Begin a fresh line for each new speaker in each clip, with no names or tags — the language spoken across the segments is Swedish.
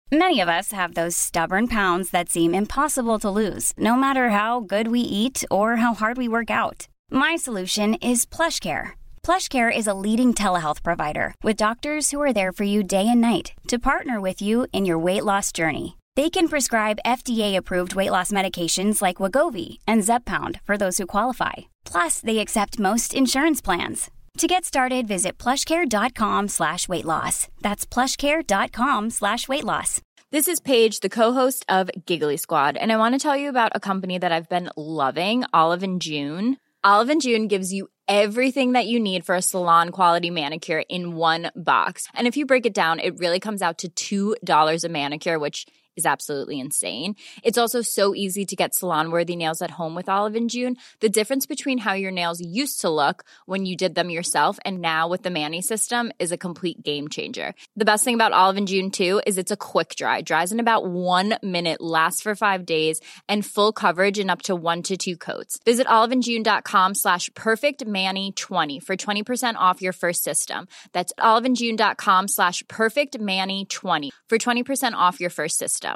Many of us have those stubborn pounds that seem impossible to lose, no matter how good we eat or how hard we work out. My solution is PlushCare. PlushCare is a leading telehealth provider with doctors who are there for you day and night to partner with you in your weight loss journey. They can prescribe FDA-approved weight loss medications like Wegovy and Zepbound for those who qualify. Plus, they accept most insurance plans. To get started, visit plushcare.com/weightloss. That's plushcare.com/weightloss.
This is Paige, the co-host of Giggly Squad, and I want to tell you about a company that I've been loving, Olive & June. Olive & June gives you everything that you need for a salon-quality manicure in one box. And if you break it down, it really comes out to $2 a manicure, which is absolutely insane. It's also so easy to get salon-worthy nails at home with Olive & June. The difference between how your nails used to look when you did them yourself and now with the Mani system is a complete game changer. The best thing about Olive & June, too, is it's a quick dry. Dries in about 1 minute, lasts for 5 days, and full coverage in up to 1 to 2 coats. Visit oliveandjune.com/perfectmani20 for 20% off your first system. That's oliveandjune.com/perfectmani20 for 20% off your first system.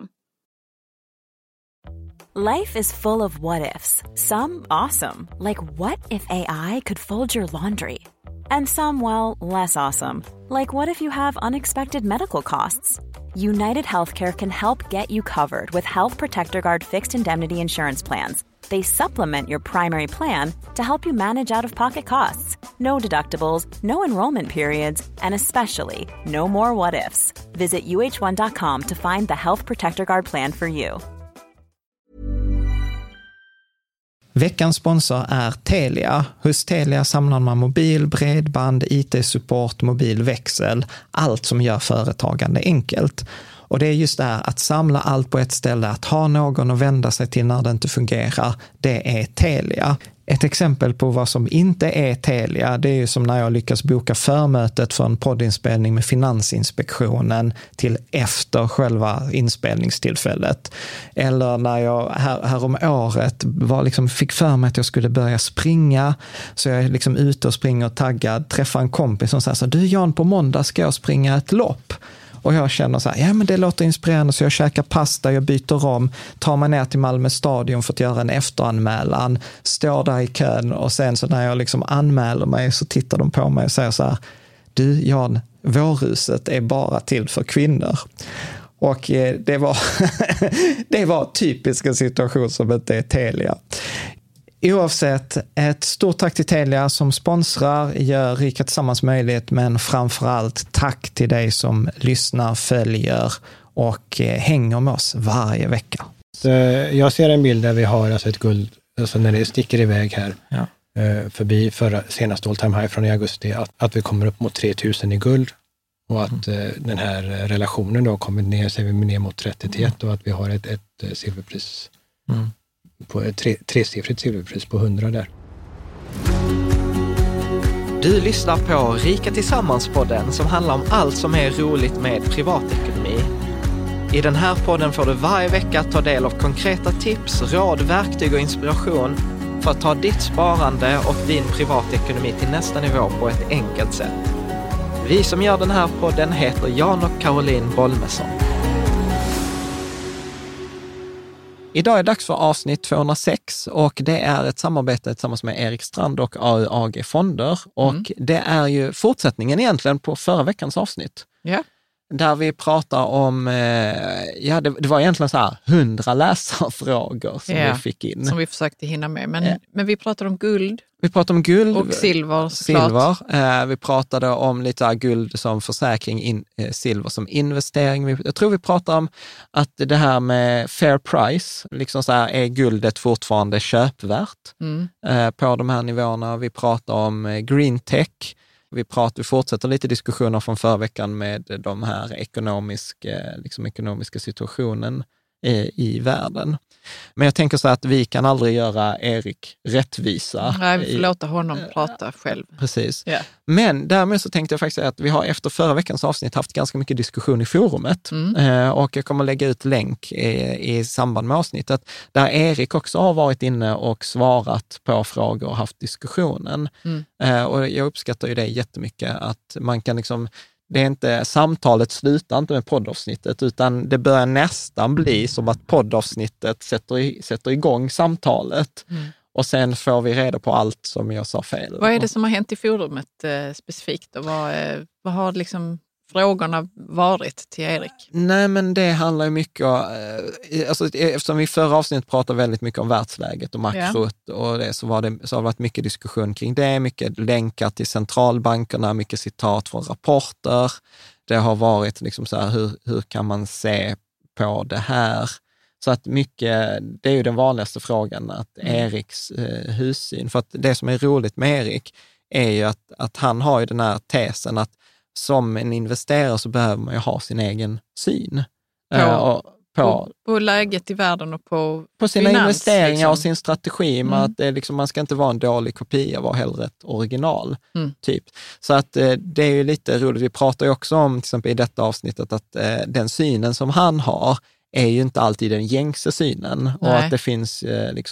Life is full of what-ifs. Some awesome, like what if AI could fold your laundry? And some, well, less awesome, like what if you have unexpected medical costs? United Healthcare can help get you covered with Health Protector Guard fixed indemnity insurance plans. They supplement your primary plan to help you manage out-of-pocket costs. No deductibles, no enrollment periods, and especially no more what-ifs. Visit uh1.com to find the Health Protector Guard plan for you.
Veckans sponsor är Telia. Hos Telia samlar man mobil, bredband, IT-support, mobilväxel, allt som gör företagande enkelt. Och det är just det här att samla allt på ett ställe, att ha någon att vända sig till när det inte fungerar, det är Telia. Ett exempel på vad som inte är Telia, det är ju som när jag lyckas boka förmötet för en poddinspelning med Finansinspektionen till efter själva inspelningstillfället. Eller när jag här om året fick för mig att jag skulle börja springa, så jag är liksom ute och springer och taggad, träffar en kompis som säger så: du Jan, på måndag ska jag springa ett lopp. Och jag känner så här, ja men det låter inspirerande, så jag käkar pasta, jag byter om, tar mig ner till Malmö stadion för att göra en efteranmälan, står där i kön, och sen så när jag liksom anmäler mig så tittar de på mig och säger så här: du Jan, vårhuset är bara till för kvinnor. Och det var typisk en situation som inte är Telia. Oavsett, ett stort tack till Telia som sponsrar, gör Rika Tillsammans möjligt, men framförallt tack till dig som lyssnar, följer och hänger med oss varje vecka.
Så jag ser en bild där vi har alltså ett guld, alltså när det sticker iväg här, förbi senaste all time high från i augusti, att vi kommer upp mot 3000 i guld, och att den här relationen då kommer ner, så är vi ner mot 30-1, och att vi har ett silverpris på ett tresiffrigt silverpris på 100 där.
Du lyssnar på Rika Tillsammans-podden som handlar om allt som är roligt med privatekonomi. I den här podden får du varje vecka ta del av konkreta tips, råd, verktyg och inspiration för att ta ditt sparande och din privatekonomi till nästa nivå på ett enkelt sätt. Vi som gör den här podden heter Jan och Caroline Bolmesson. Idag är det dags för avsnitt 206, och det är ett samarbete tillsammans med Erik Strand och AUAG Fonder. Och det är ju fortsättningen egentligen på förra veckans avsnitt.
Ja.
Där vi pratar om, det var egentligen så här 100 läsarfrågor som vi fick in.
Som vi försökte hinna med. Men vi pratade om guld.
Vi pratade om guld.
Och silver.
Vi pratade om lite guld som försäkring, silver som investering. Jag tror vi pratade om att det här med fair price, liksom så här, är guldet fortfarande köpvärt på de här nivåerna. Vi pratade om green tech. Vi fortsätter lite diskussioner från förra veckan med de här ekonomiska situationen i världen. Men jag tänker så att vi kan aldrig göra Erik rättvisa.
Nej, vi får låta honom prata själv.
Precis. Yeah. Men därmed så tänkte jag faktiskt att vi har efter förra veckans avsnitt haft ganska mycket diskussion i forumet. Och jag kommer lägga ut länk i samband med avsnittet där Erik också har varit inne och svarat på frågor och haft diskussionen. Och jag uppskattar ju det jättemycket, att man kan liksom samtalet slutar inte med poddavsnittet, utan det börjar nästan bli som att poddavsnittet sätter igång samtalet. Och sen får vi reda på allt som jag sa fel.
Vad är det som har hänt i forumet specifikt? Och vad har liksom frågorna varit till Erik?
Nej, men det handlar ju mycket om, eftersom vi i förra avsnittet pratade väldigt mycket om världsläget och makrot och det, så har det varit mycket diskussion kring det, mycket länkar till centralbankerna, mycket citat från rapporter. Det har varit liksom så här, hur kan man se på det här? Så att mycket, det är ju den vanligaste frågan, att Eriks hussyn. För att det som är roligt med Erik är ju att han har ju den här tesen att som en investerare så behöver man ju ha sin egen syn. På
läget i världen och på
sina
finans,
investeringar liksom. Och sin strategi. Men att det är liksom, man ska inte vara en dålig kopia, vara hellre ett original. Typ. Så att det är ju lite roligt. Vi pratar ju också om, till exempel i detta avsnittet, att den synen som han har är ju inte alltid den gängse synen. Nej. Och att det finns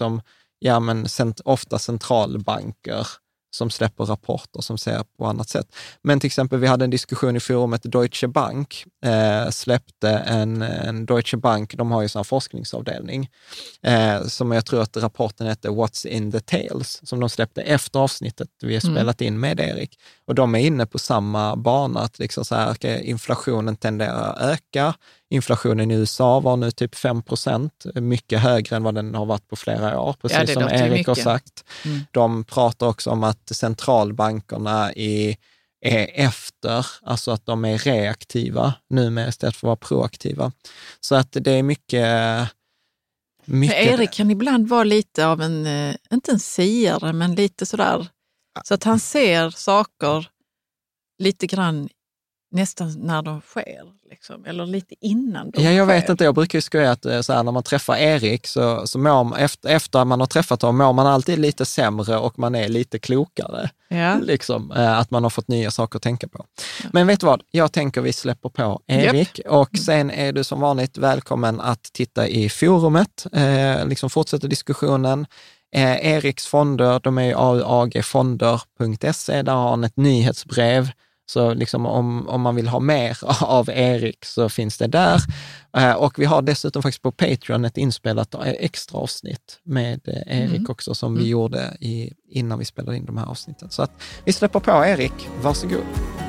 ofta centralbanker som släpper rapporter som ser på annat sätt. Men till exempel, vi hade en diskussion i forumet Deutsche Bank, släppte en Deutsche Bank, de har ju en forskningsavdelning, som jag tror att rapporten heter What's in the Tales, som de släppte efter avsnittet vi har spelat in med Erik. Och de är inne på samma bana, att liksom så här, inflationen tenderar att öka. Inflationen i USA var nu typ 5%, mycket högre än vad den har varit på flera år, precis som Erik har sagt. De pratar också om att centralbankerna är efter, alltså att de är reaktiva numera istället för att vara proaktiva. Så att det är mycket...
Erik kan ibland vara lite av inte en siare, men lite sådär, så att han ser saker lite grann nästan när de sker, liksom, eller lite innan de sker.
Jag vet inte, jag brukar ju skoja att så här, när man träffar Erik så mår man, efter man har träffat honom mår man alltid lite sämre och man är lite klokare. Ja. Liksom, att man har fått nya saker att tänka på. Ja. Men vet du vad? Jag tänker vi släpper på Erik och sen är du som vanligt välkommen att titta i forumet, liksom fortsätta diskussionen. Eriks fonder, de är aagfonder.se, där har han ett nyhetsbrev. Så liksom om man vill ha mer av Erik så finns det där. Och vi har dessutom faktiskt på Patreon ett inspelat extra avsnitt med Erik också som vi gjorde innan vi spelade in de här avsnitten. Så att vi släpper på Erik. Varsågod.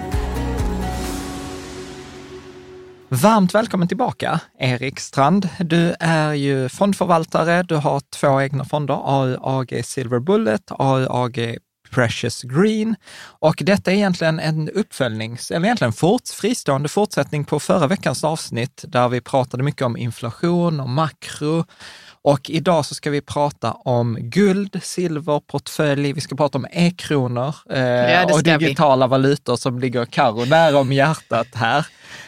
Varmt välkommen tillbaka, Erik Strand. Du är ju fondförvaltare. Du har 2 egna fonder, AUAG Silver Bullet, AUAG Precious Green. Och detta är egentligen en fristående fortsättning på förra veckans avsnitt där vi pratade mycket om inflation och makro. Och idag så ska vi prata om guld, silver, portfölj. Vi ska prata om e-kronor och digitala valutor som ligger Karo nära om hjärtat här.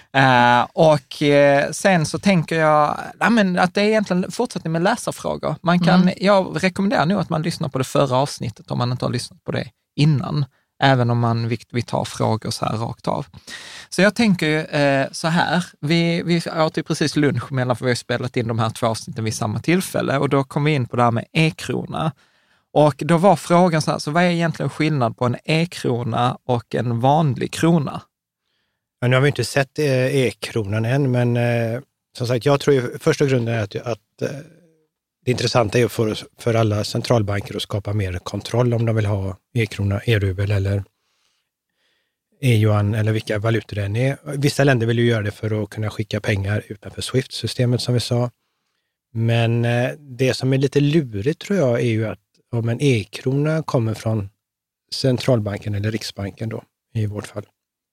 Sen så tänker jag att det är egentligen fortsättning med läsarfrågor. Jag rekommenderar nog att man lyssnar på det förra avsnittet om man inte har lyssnat på det innan, även om man vi tar frågor så här rakt av. Så jag tänker så här, vi åt ju precis lunch mellan, för vi har spelat in de här 2 avsnitten vid samma tillfälle och då kom vi in på det här med e-krona. Och då var frågan så här, så vad är egentligen skillnad på en e-krona och en vanlig krona?
Ja, nu har vi inte sett e-kronan än, men som sagt, jag tror ju första grunden är att det intressanta är för alla centralbanker att skapa mer kontroll om de vill ha e-krona, e-rubel eller e-yuan eller vilka valutor det än är. Vissa länder vill ju göra det för att kunna skicka pengar utanför SWIFT-systemet som vi sa. Men det som är lite lurigt tror jag är ju att om en e-krona kommer från centralbanken eller Riksbanken då, i vårt fall,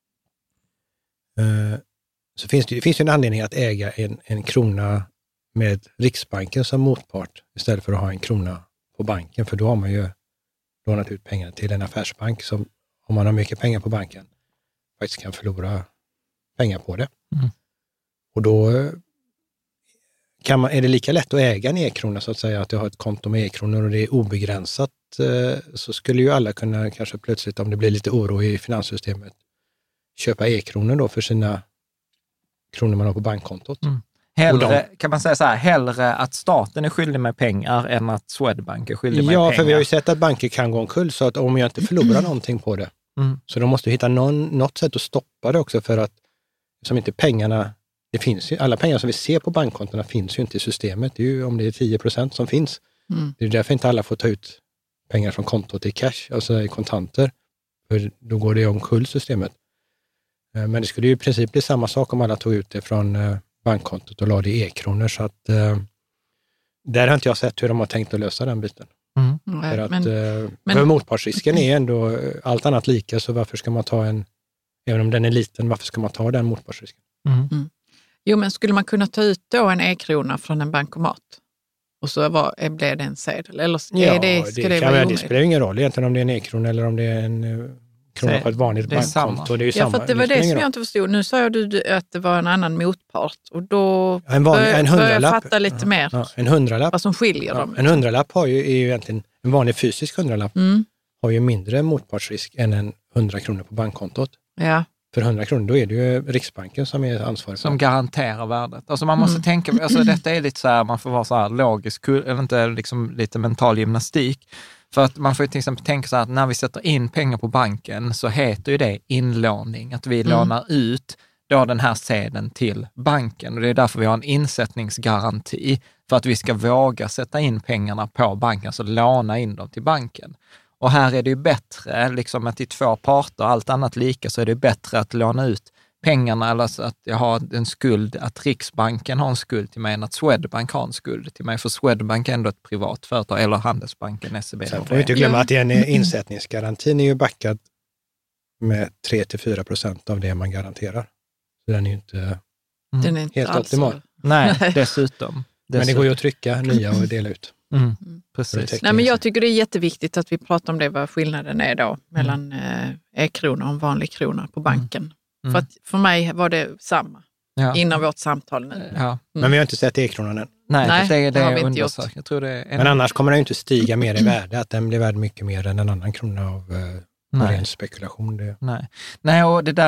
så finns det finns ju en anledning att äga en krona med Riksbanken som motpart istället för att ha en krona på banken, för då har man ju lånat ut pengar till en affärsbank som, om man har mycket pengar på banken, faktiskt kan förlora pengar på det. Och då är det lika lätt att äga en e-krona så att säga, att du har ett konto med e-kronor och det är obegränsat, så skulle ju alla kunna kanske plötsligt, om det blir lite oro i finanssystemet, köpa e-kronor då för sina kronor man har på bankkontot.
Kan man säga så här, hellre att staten är skyldig med pengar än att Swedbank är skyldig med pengar?
Ja, för vi har ju sett att banker kan gå omkull, så att om jag inte förlorar någonting på det Så de måste hitta något sätt att stoppa det också, för att som inte pengarna, det finns ju, alla pengar som vi ser på bankkontona finns ju inte i systemet. Det är ju om det är 10% som finns. Det är därför inte alla får ta ut pengar från kontot i cash, alltså i kontanter. För då går det omkull systemet. Men det skulle ju i princip bli samma sak om alla tog ut det från bankkontot och la det i e-kronor. Så att där har inte jag sett hur de har tänkt att lösa den biten. För att för motpartsrisken är ändå allt annat lika, så varför ska man ta även om den är liten, varför ska man ta den motpartsrisken?
Jo, men skulle man kunna ta ut då en e-krona från en bankomat? Och så blir det en sedel? Eller
det spelar ingen roll egentligen om det är en e-krona eller om det är en krona på ett vanligt bankkonto. Det är ju samma.
För att det var det som jag inte förstod. Nu sa du att det var en annan motpart och då
en
börjar jag fatta lite mer
en 100-lapp,
vad som skiljer dem.
En 100-lapp är ju egentligen, en vanlig fysisk 100-lapp har ju mindre motpartsrisk än en 100 kronor på bankkontot.
Ja.
För 100 kronor, då är det ju Riksbanken som är ansvarig för.
Som garanterar värdet. Alltså man måste tänka, alltså detta är lite så här, man får vara så här logisk, eller inte liksom lite mental gymnastik. För att man får till exempel tänka så här att när vi sätter in pengar på banken så heter ju det inlåning. Att vi lånar ut då den här sedeln till banken. Och det är därför vi har en insättningsgaranti. För att vi ska våga sätta in pengarna på banken, så låna in dem till banken. Och här är det ju bättre, liksom att i två parter, allt annat lika, så är det bättre att låna ut pengarna, eller så att jag har en skuld, att Riksbanken har en skuld till mig än att Swedbank har en skuld till mig. För Swedbank är ändå ett privat företag, eller Handelsbanken, SEB.
Sen får vi inte glömma att insättningsgarantin är ju backad med 3-4% av det man garanterar. Så den är ju inte, helt optimal.
Nej, dessutom.
Men det går ju att trycka nya och dela ut.
Precis.
Nej, men jag tycker det är jätteviktigt att vi pratar om det, vad skillnaden är då mellan e-krona och en vanlig krona på banken. För att för mig var det samma innan vårt samtal nu.
Men vi har inte sett e-kronan än.
Nej, det är undersökt. Jag tror det är
men annars kommer den inte stiga mer i värde, att den blir värd mycket mer än en annan krona av ren spekulation. Det.
Nej, och det där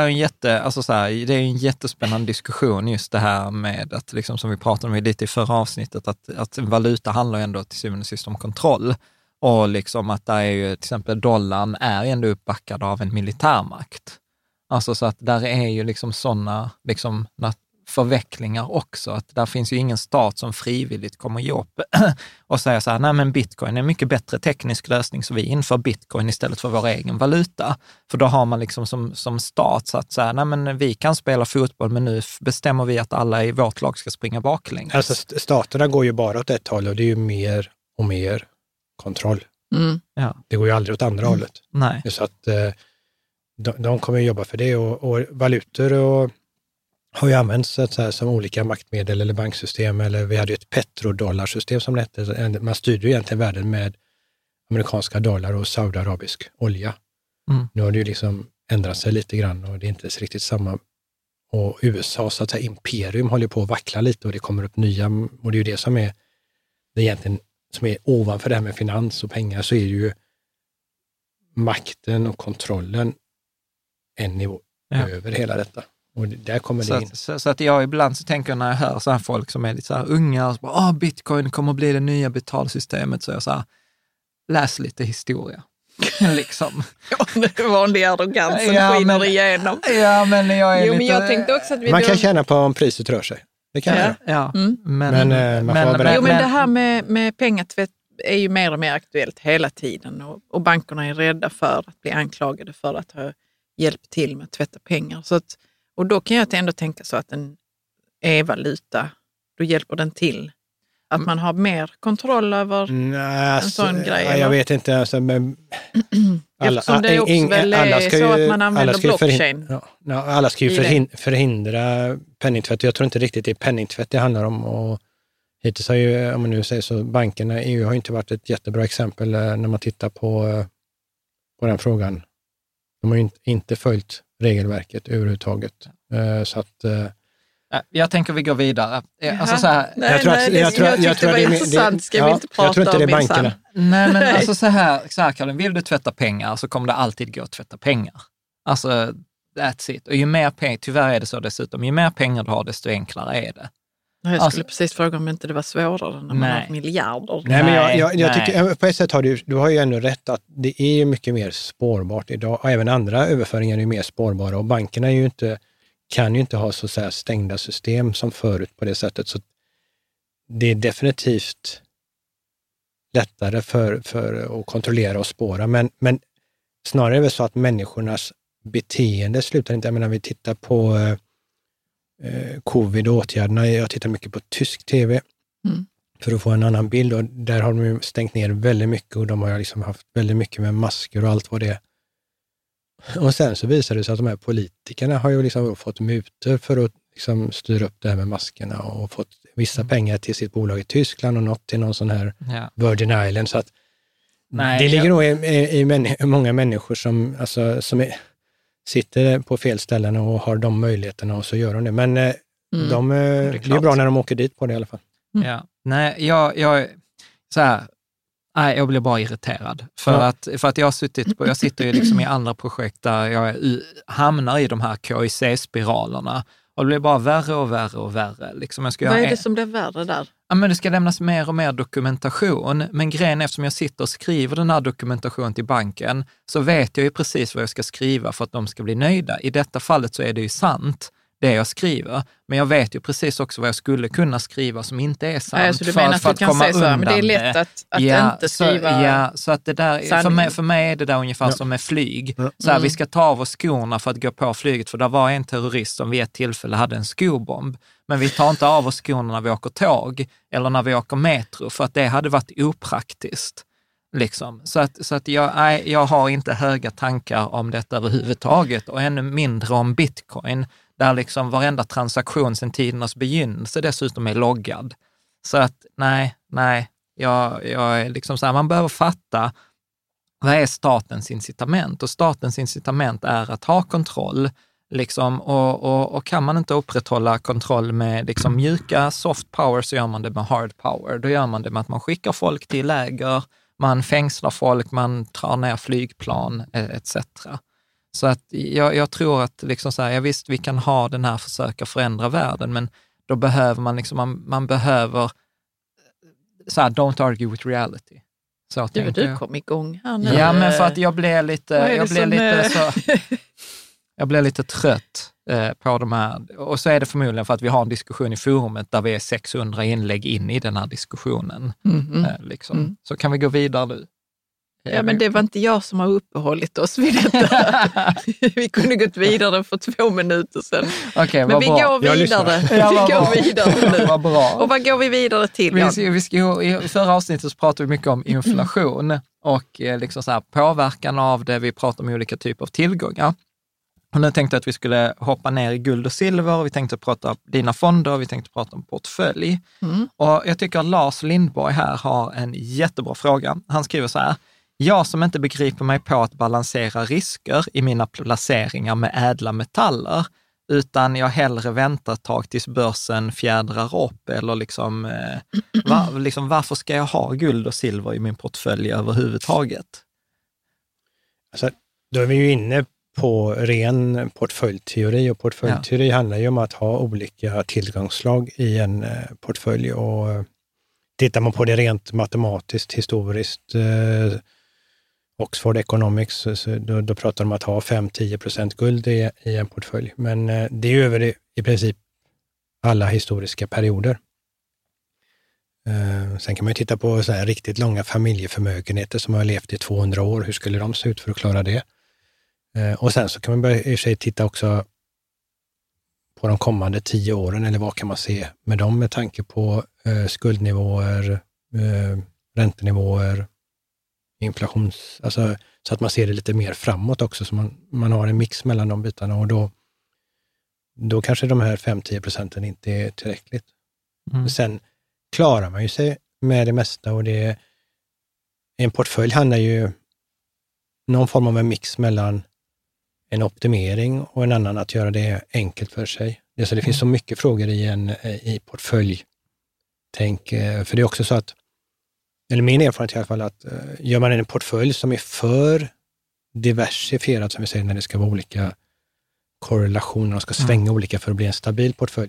är det är en jättespännande diskussion, just det här med att, liksom, som vi pratade om lite i förra avsnittet, att valuta handlar ändå till syvende och sist om kontroll. Och liksom att där är ju till exempel dollarn är ändå uppbackad av en militärmakt. Alltså så att där är ju liksom sådana liksom förvecklingar också, att där finns ju ingen stat som frivilligt kommer ge upp och säga så här, nej men bitcoin är en mycket bättre teknisk lösning, så vi inför bitcoin istället för vår egen valuta. För då har man liksom som stat så att säga, nej men vi kan spela fotboll, men nu bestämmer vi att alla i vårt lag ska springa baklänges.
Alltså staterna går ju bara åt ett håll, och det är ju mer och mer kontroll. Det går ju aldrig åt andra hållet.
Nej.
Så att de kommer att jobba för det, och valutor och har ju använts så här, som olika maktmedel eller banksystem, eller vi hade ju ett petrodollarsystem som det hette. Man styrde ju egentligen världen med amerikanska dollar och saudiarabisk olja. Nu har det ju liksom ändrat sig lite grann, och det är inte riktigt samma. Och USA så att säga imperium håller på att vackla lite, och det kommer upp nya, och det är ju det som är det egentligen som är ovanför det här med finans och pengar, så är det ju makten och kontrollen en nivå över hela detta. Och där kommer det in.
Så att jag ibland så tänker, när jag hör så här folk som är lite så här unga och så bara, bitcoin kommer att bli det nya betalsystemet, så jag så här, läs lite historia. liksom.
Ja, det vanliga arrogansen skiner igenom.
Ja, men jag är
men jag tänkte också att
man kan känna på om priset rör sig. Det kan jag.
Ja.
Men
det här med pengatvätt är ju mer och mer aktuellt hela tiden, och bankerna är rädda för att bli anklagade för att ha hjälpt till med att tvätta pengar. Så att, och då kan jag ändå tänka så att en e-valuta, då hjälper den till. Att man har mer kontroll över en sån grej.
Jag vet inte. Alltså, men
eftersom det också väl är så att man använder blockchain.
Alla ska ju förhindra penningtvätt. Jag tror inte riktigt det är penningtvätt det handlar om. Och hittills har ju, om man nu säger så, bankerna, EU har inte varit ett jättebra exempel när man tittar på den frågan. De har ju inte följt regelverket överhuvudtaget. Så att...
Jag tänker vi går vidare. Alltså så här,
jag tyckte det var intressant. Ska vi inte prata om
det bankerna.
Nej, men alltså så här Karin, vill du tvätta pengar så kommer det alltid gå att tvätta pengar. Alltså, that's it. Och ju mer pengar, tyvärr är det så dessutom, ju mer pengar du har desto enklare är det.
Jag skulle precis fråga om inte det var svårare när man har miljarder.
Nej, men jag tycker på ett sätt du har ju ändå rätt att det är mycket mer spårbart idag. Och även andra överföringar är ju mer spårbara. Och bankerna kan ju inte ha så här stängda system som förut på det sättet. Så det är definitivt lättare för att kontrollera och spåra. Men snarare är det så att människornas beteende slutar inte. Jag menar, vi tittar på covid och åtgärderna. Jag tittar mycket på tysk tv för att få en annan bild. Och där har de ju stängt ner väldigt mycket och de har liksom haft väldigt mycket med masker och allt vad det är. Och sen så visar det sig att de här politikerna har ju liksom fått mutor för att liksom styra upp det här med maskerna och fått vissa pengar till sitt bolag i Tyskland och något till någon sån här Virgin Island. Så att det ligger nog i många människor som sitter på fel ställen och har de möjligheterna och så gör de det. Men det är bra när de åker dit på det i alla fall.
Ja. Nej, jag blir bara irriterad. För att jag sitter ju liksom i andra projekt där jag hamnar i de här KIC-spiralerna. Och det blir bara värre och värre och värre. Liksom
Vad är det som blir värre där?
Ja, men det ska lämnas mer och mer dokumentation. Men grejen är, eftersom jag sitter och skriver den här dokumentationen till banken, så vet jag ju precis vad jag ska skriva för att de ska bli nöjda. I detta fallet så är det ju sant, det jag skriver. Men jag vet ju precis också vad jag skulle kunna skriva som inte är sant.
Ja, så du menar att du kan säga så, men det är lätt att inte skriva.
Ja, så att det där, för mig är det där ungefär som med flyg. Så här, vi ska ta av oss skorna för att gå på flyget, för där var en terrorist som vid ett tillfälle hade en skobomb. Men vi tar inte av oss skorna när vi åker tåg eller när vi åker metro, för att det hade varit opraktiskt. Liksom. Så att jag har inte höga tankar om detta överhuvudtaget, och ännu mindre om Bitcoin, där liksom varenda transaktion sedan tidernas begynnelse dessutom är loggad. Så att jag är liksom så här, man behöver fatta vad är statens incitament, och statens incitament är att ha kontroll liksom, och kan man inte upprätthålla kontroll med liksom mjuka soft power, så gör man det med hard power. Då gör man det med att man skickar folk till läger, man fängslar folk, man tar ner flygplan etc. Så att jag tror att liksom så här, visst, vi kan ha den här försöka förändra världen, men då behöver man liksom, man behöver så här, don't argue with reality. Så
du kom igång här nu.
Ja, men för att jag blev lite trött på de här, och så är det förmodligen för att vi har en diskussion i forumet där vi är 600 inlägg in i den här diskussionen. Liksom. Så kan vi gå vidare nu.
Ja, men det var inte jag som har uppehållit oss vid detta. Vi kunde gått vidare för 2 minuter sedan.
Okay,
men vi går vidare. Vi går vidare nu.
Bra.
Och vad går vi vidare till?
I förra avsnittet så pratade vi mycket om inflation och liksom så här, påverkan av det. Vi pratade om olika typer av tillgångar. Och nu tänkte jag att vi skulle hoppa ner i guld och silver. Vi tänkte prata om dina fonder, vi tänkte prata om portfölj. Och jag tycker att Lars Lindborg här har en jättebra fråga. Han skriver så här: jag som inte begriper mig på att balansera risker i mina placeringar med ädla metaller, utan jag hellre väntar ett tag tills börsen fjädrar upp, eller liksom, varför ska jag ha guld och silver i min portfölj överhuvudtaget?
Alltså, då är vi ju inne på ren portföljteori, och portföljteori handlar ju om att ha olika tillgångsslag i en portfölj, och tittar man på det rent matematiskt, historiskt, Oxford Economics, så då pratar de om att ha 5-10% guld i en portfölj. Men det är över i princip alla historiska perioder. Sen kan man ju titta på så här riktigt långa familjeförmögenheter som har levt i 200 år. Hur skulle de se ut för att klara det? Och sen så kan man i sig titta också på de kommande 10 åren, eller vad kan man se med dem med tanke på skuldnivåer, räntenivåer, alltså, så att man ser det lite mer framåt också, så man har en mix mellan de bitarna, och då kanske de här 5-10% inte är tillräckligt. Sen klarar man ju sig med det mesta, och en portfölj handlar ju någon form av en mix mellan en optimering och en annan att göra det enkelt för sig. Så det finns så mycket frågor i portföljtänk, för det är också så att, eller min erfarenhet i alla fall, att gör man en portfölj som är för diversifierad, som vi säger, när det ska vara olika korrelationer och ska svänga olika för att bli en stabil portfölj.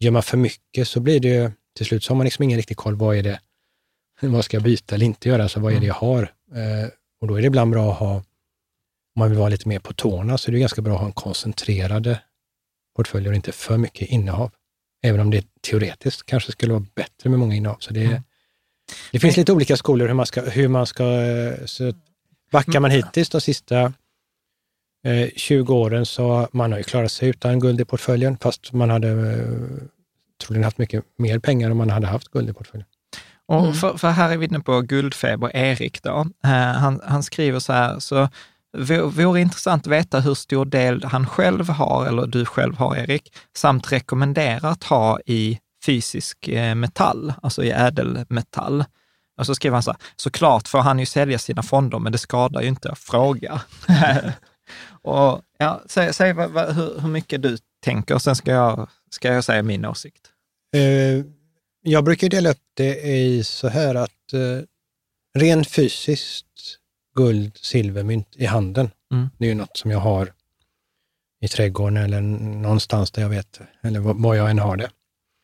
gör man för mycket så blir det ju, till slut så har man liksom ingen riktig koll, vad är det, vad ska jag byta eller inte göra, alltså vad är det jag har? Och då är det ibland bra att ha, om man vill vara lite mer på tårna, så är det ganska bra att ha en koncentrerade portfölj och inte för mycket innehav. Även om det teoretiskt kanske skulle vara bättre med många innehav. Så det finns lite olika skolor hur man ska så backar man hittills de sista 20 åren, så man har ju klarat sig utan guld i portföljen, fast man hade troligen haft mycket mer pengar om man hade haft guld i portföljen.
Och för här är vi inne på guldfeber Erik då. Han skriver så här, så vore intressant att veta hur stor del han själv har, eller du själv har Erik, samt rekommenderar att ha i fysisk metall, alltså i ädelmetall. Och så skriver han så här, såklart får han ju sälja sina fonder, men det skadar ju inte att fråga. Och ja, säg hur mycket du tänker, sen ska jag säga min åsikt.
Jag brukar dela upp det i så här att rent fysiskt guld, silvermynt i handen. Det är ju något som jag har i trädgården eller någonstans där jag vet, eller var jag än har det.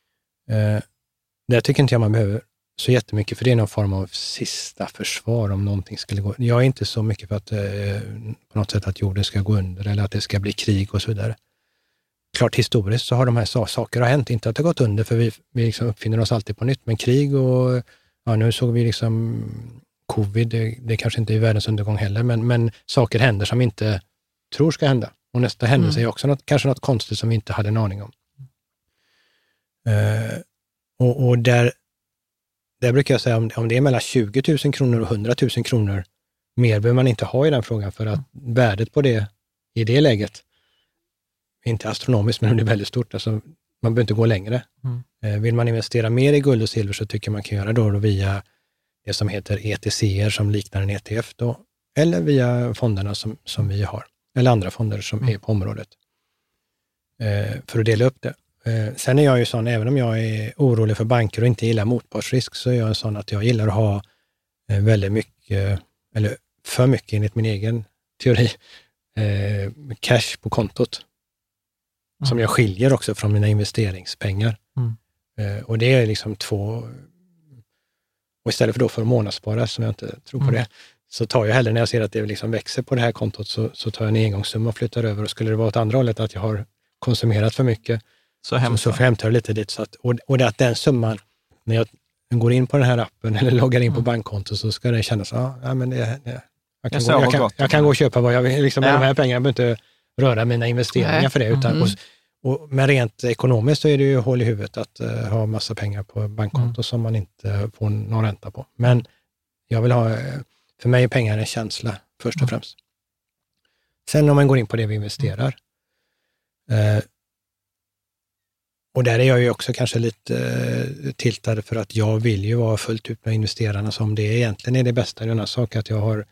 Det tycker inte jag man behöver så jättemycket, för det är någon form av sista försvar om någonting skulle gå. Jag är inte så mycket för att på något sätt att jorden ska gå under eller att det ska bli krig och så vidare. Klart historiskt så har de här saker hänt, inte att det har gått under, för vi liksom uppfinner oss alltid på nytt, men krig och nu såg vi liksom covid, det kanske inte är världens undergång heller, men saker händer som vi inte tror ska hända. Och nästa händelse är också kanske något konstigt som vi inte hade en aning om. Och där brukar jag säga, om det är mellan 20 000 kronor och 100 000 kronor, mer behöver man inte ha i den frågan, för att värdet på det i det läget är inte astronomiskt, men det är väldigt stort. Alltså, man behöver inte gå längre. Vill man investera mer i guld och silver, så tycker man kan göra då via det som heter ETC:er som liknar en ETF då, eller via fonderna som vi har, eller andra fonder som är på området. För att dela upp det. Sen är jag ju sån, även om jag är orolig för banker och inte gillar motpartsrisk, så är jag en sån att jag gillar att ha väldigt mycket, eller för mycket enligt min egen teori, cash på kontot. Som jag skiljer också från mina investeringspengar. Och det är liksom och istället för då för månadsspara, som jag inte tror på det, så tar jag hellre, när jag ser att det liksom växer på det här kontot, så tar jag en engångssumma och flyttar över. Och skulle det vara åt andra hållet, att jag har konsumerat för mycket, så får jag hämta lite dit. Så att, och det att den summan, när jag går in på den här appen eller loggar in på bankkontot, så ska det kännas, men jag kan gå och köpa vad jag vill liksom, med de här pengarna. Jag behöver inte röra mina investeringar för det. Utan, men rent ekonomiskt så är det ju hål i huvudet att ha massa pengar på bankkonto som man inte får någon ränta på. Men jag vill ha, för mig är pengar en känsla först och främst. Sen om man går in på det vi investerar, och där är jag ju också kanske lite tiltad, för att jag vill ju vara fullt ut med investerarna, som det egentligen är det bästa. Det är en sak att jag har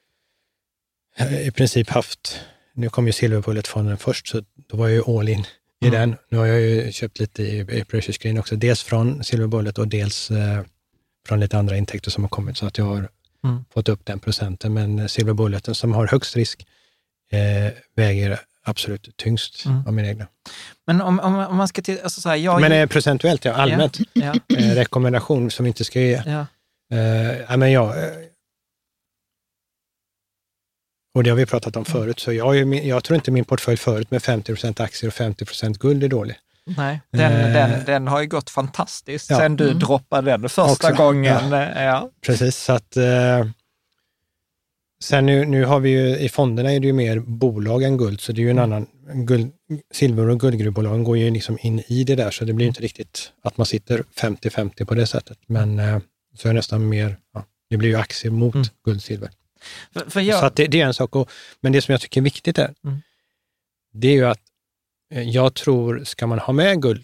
i princip haft, nu kom ju Silverbullet-fonden först, så då var jag ju all in i den. Nu har jag ju köpt lite i Precious Green också, dels från Silverbullet och dels från lite andra intäkter som har kommit, så att jag har fått upp den procenten. Men Silverbulleten, som har högst risk, väger absolut tyngst av mina egna.
Men om man ska till, alltså så här,
men procentuellt, allmänt. Rekommendation som inte ska ge. Och det har vi pratat om förut, så jag tror inte min portfölj förut med 50% aktier och 50% guld är dålig.
Nej, den har ju gått fantastiskt sen du droppade den första gången.
Precis, så att sen nu har vi ju, i fonderna är det ju mer bolag än guld, så det är ju en annan, silver- och guldgruvbolagen går ju liksom in i det där, så det blir inte riktigt att man sitter 50-50 på det sättet, men så är nästan mer, det blir ju aktier mot guld-silver. Så att det är en sak, men det som jag tycker är viktigt är, det är ju att jag tror, ska man ha med guld,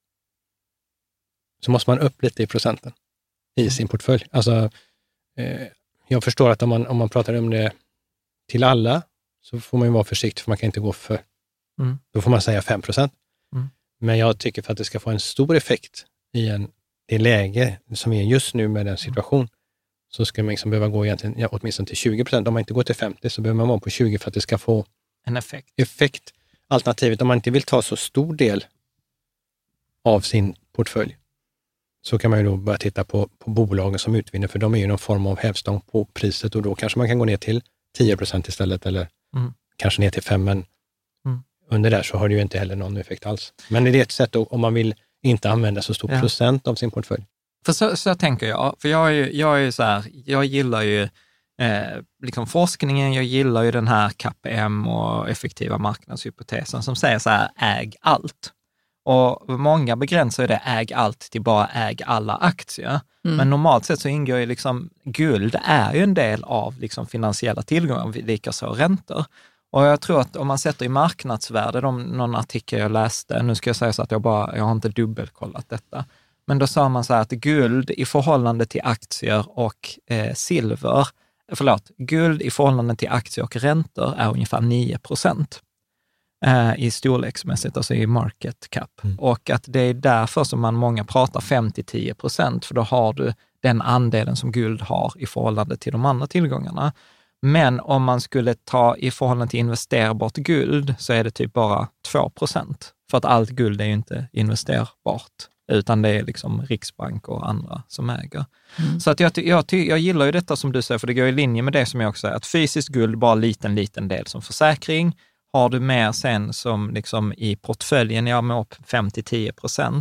så måste man upp lite i procenten i sin portfölj. Alltså, jag förstår att om man pratar om det till alla, så får man ju vara försiktig, för man kan inte gå för, då får man säga 5%. Men jag tycker, för att det ska få en stor effekt i det läge som är just nu med den situation, så ska man liksom behöva gå egentligen, åtminstone till 20%. Om man inte går till 50, så behöver man vara på 20 för att det ska få
en effekt.
Alternativet, om man inte vill ta så stor del av sin portfölj. Så kan man ju då börja titta på bolagen som utvinner, för de är ju någon form av hävstång på priset och då kanske man kan gå ner till 10% istället eller kanske ner till 5%, men under där så har det ju inte heller någon effekt alls. Men det är ett sätt då, om man vill inte använda så stor procent av sin portfölj.
För så tänker jag, för jag är så här, jag gillar ju liksom forskningen, jag gillar ju den här KPM och effektiva marknadshypotesen som säger så här, äg allt. Och många begränsar ju det, äg allt till bara äg alla aktier. Men normalt sett så ingår ju liksom, guld är ju en del av liksom finansiella tillgångar, likaså räntor. Och jag tror att om man sätter i marknadsvärde, någon artikel jag läste, nu ska jag säga så att jag har inte dubbelkollat detta, men då sa man så här att guld i förhållande till aktier och guld i förhållande till aktier och räntor är ungefär 9% i storleksmässigt, alltså i market cap. Och att det är därför som många pratar 5-10%, för då har du den andelen som guld har i förhållande till de andra tillgångarna. Men om man skulle ta i förhållande till investerbart guld så är det typ bara 2%. För att allt guld är ju inte investerbart, utan det är liksom Riksbank och andra som äger. Så att jag gillar ju detta som du säger, för det går i linje med det som jag också säger, att fysiskt guld bara liten del som försäkring. Har du mer sen som liksom i portföljen, jag med upp 5-10%.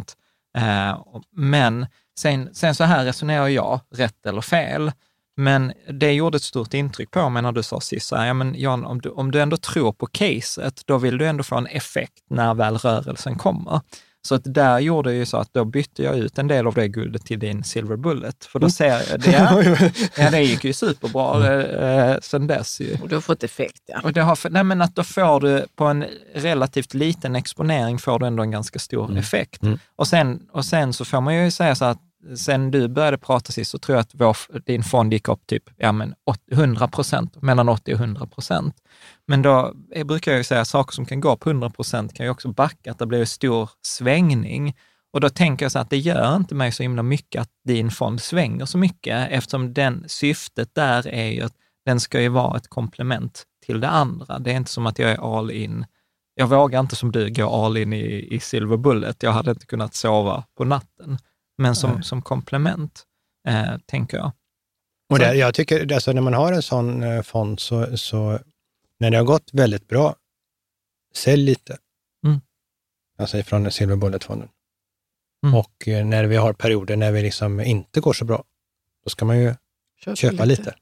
Men sen så här resonerar jag, rätt eller fel. Men det gjorde ett stort intryck på mig när du sa sist, ja, men Jan, om du ändå tror på caset, då vill du ändå få en effekt när väl rörelsen kommer. Så att där gjorde jag ju så att då bytte jag ut en del av det guldet till din Silver Bullet. För då ser jag det. Det gick ju superbra sen dess. Ju.
Och du har fått effekt, ja.
Och att då får du på en relativt liten exponering får du ändå en ganska stor effekt. Och sen så får man ju säga så att sen du började prata sist så tror jag att din fond gick upp typ 100%, mellan 80 och 100%. Men då brukar jag ju säga att saker som kan gå upp 100% kan ju också backa, att det blir en stor svängning. Och då tänker jag så att det gör inte mig så himla mycket att din fond svänger så mycket, eftersom syftet där är ju att den ska ju vara ett komplement till det andra. Det är inte som att jag är all in. Jag vågar inte som du gå all in i Silver Bullet. Jag hade inte kunnat sova på natten. Men som komplement, tänker jag.
Och jag tycker, alltså när man har en sån fond så när det har gått väldigt bra, sälj lite. Alltså ifrån Silver Bullet-fonden. Och när vi har perioder när vi liksom inte går så bra, då ska man ju köpa lite.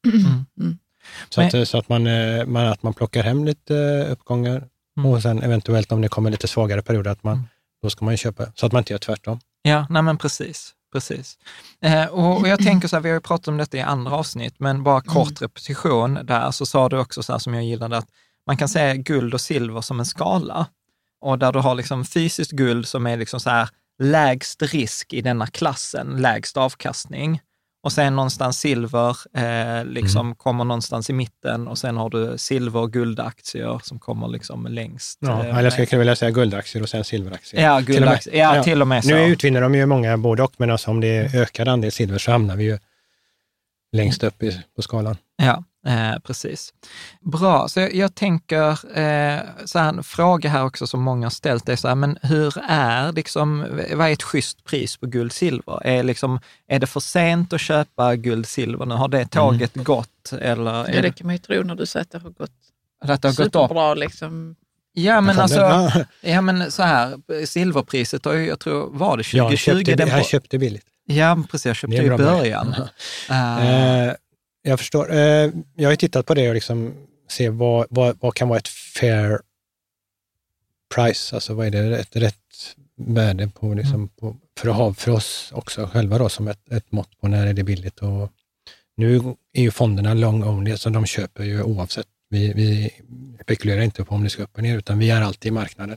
Så att man plockar hem lite uppgångar och sen eventuellt om det kommer lite svagare perioder, då ska man ju köpa, så att man inte gör tvärtom.
Ja, nej men precis. Och jag tänker så här, vi har ju pratat om detta i andra avsnitt, men bara kort repetition där, så sa du också så här som jag gillade, att man kan säga guld och silver som en skala. Och där du har liksom fysiskt guld som är liksom så här lägst risk i denna klassen, lägst avkastning. Och sen någonstans silver kommer någonstans i mitten, och sen har du silver- och guldaktier som kommer liksom längst.
Eller ska jag vilja säga guldaktier och sen silveraktier.
Ja, guldaktier. Till och med så.
Nu utvinner de ju många både och, men alltså om det är ökad andel silver så hamnar vi ju längst upp på skalan. Ja,
precis. Bra, så jag tänker så här, en fråga här också som många har ställt är så här, men hur är vad är ett schysst pris på guld-silver? Är det för sent att köpa guld-silver nu? Har det tåget gått? Eller
det kan man ju tro när du säger att det har gått
superbra
liksom.
Ja, men så här, silverpriset har ju, jag tror, var det 2020?
Jag köpte billigt.
Ja, precis, jag köpte i början.
Jag förstår. Jag har ju tittat på det och liksom se vad kan vara ett fair price, alltså vad är det ett rätt värde på, liksom, för oss också själva då, som ett mått på när är det billigt. Och nu är ju fonderna long only, så de köper ju oavsett. Vi spekulerar inte på om det ska upp och ner, utan vi är alltid i marknaden.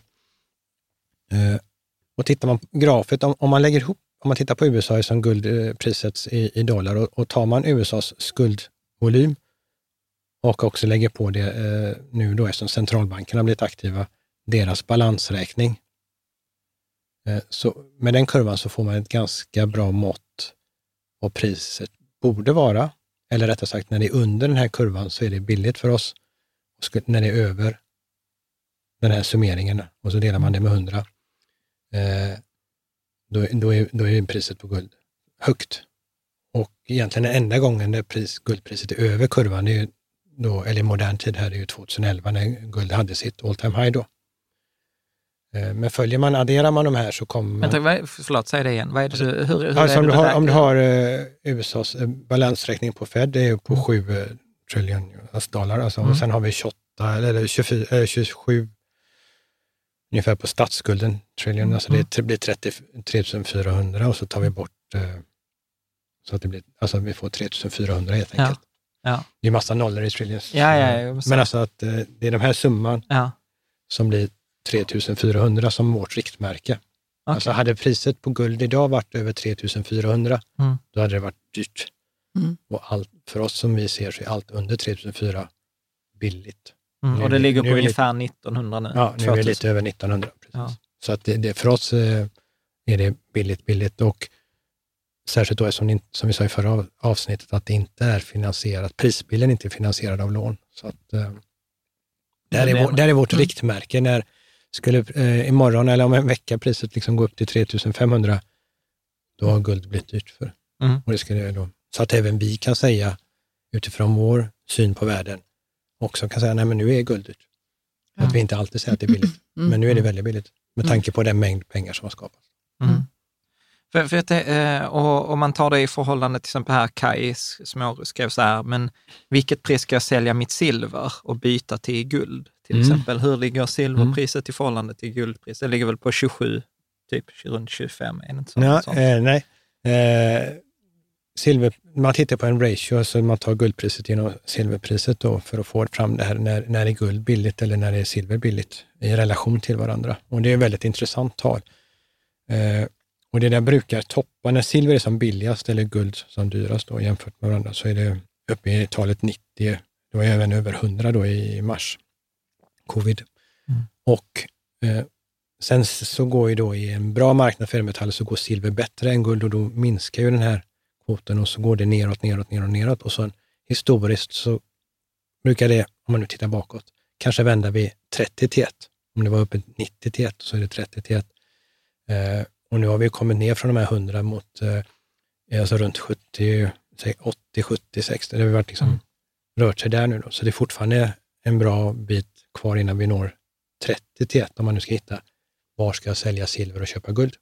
Och tittar man på grafet, om man lägger ihop, om man tittar på USA som guldpriset i dollar och tar man USAs skuldvolym och också lägger på det nu då eftersom centralbankerna har blivit aktiva, deras balansräkning. Så med den kurvan så får man ett ganska bra mått och priset borde vara, eller rättare sagt när det är under den här kurvan så är det billigt för oss, och när det är över den här summeringen och så delar man det med 100. då är priset på guld högt. Och egentligen den enda gången där guldpriset är över kurvan, det är ju då, eller i modern tid här, är ju 2011 när guld hade sitt all time high då. Men adderar man de här så kommer...
Vänta, förlåt, säg det igen. Vad är det, hur
alltså
är
om du har USAs balansräkning på Fed, det är ju på 7 trillion dollar. Alltså, och sen har vi 28 eller 27 ungefär på statsskulden trillion. Alltså det blir 33 400 och så tar vi bort så att det blir, alltså vi får 3400 helt enkelt.
Ja.
Det är massa nollor i trillions.
Men
alltså att det är de här summan som blir 3400 som vårt riktmärke. Okay. Alltså hade priset på guld idag varit över 3400, då hade det varit dyrt. Och allt, för oss som vi ser så är allt under 3400 billigt.
Och det ligger på ungefär 1900 nu.
Ja, nu 2000. Är det lite över 1900. Precis. Ja. Så att det för oss är det billigt och särskilt då som vi sa i förra avsnittet att det inte är finansierat. Prisbilden är inte finansierad av lån. Så att där är vårt riktmärke. När skulle imorgon eller om en vecka priset liksom gå upp till 3500, då har guld blivit dyrt för. Och det skulle då, så att även vi kan säga utifrån vår syn på världen också kan säga, nej men nu är guld dyrt. Att vi inte alltid säger att det är billigt. Men nu är det väldigt billigt med tanke på den mängd pengar som har skapats.
För att och om man tar det i förhållande till exempel här, Kai skrev så här, men vilket pris ska jag sälja mitt silver och byta till guld? Till exempel, hur ligger silverpriset i förhållande till guldpriset? Det ligger väl på 27, typ runt 25, är det inte så?
Nej. Silver, man tittar på en ratio, så man tar guldpriset genom silverpriset då för att få fram det här när är guld billigt eller när är silver billigt i relation till varandra. Och det är ett väldigt intressant tal. Och det där brukar toppa, när silver är som billigast eller guld som dyrast då jämfört med varandra, så är det uppe i talet 90, det var även över 100 då i mars, covid. Och sen så går ju då i en bra marknad för metaller så går silver bättre än guld och då minskar ju den här kvoten och så går det neråt och så historiskt så brukar det, om man nu tittar bakåt, kanske vända vid 30 till 1. Om det var uppe 90 till 1 så är det 30 till 1. Och nu har vi kommit ner från de här 100 mot alltså runt 70, 80, 70, 60. Det har varit liksom rört sig där nu då. Så det är fortfarande en bra bit kvar innan vi når 30 till 1 om man nu ska hitta var ska jag sälja silver och köpa guld.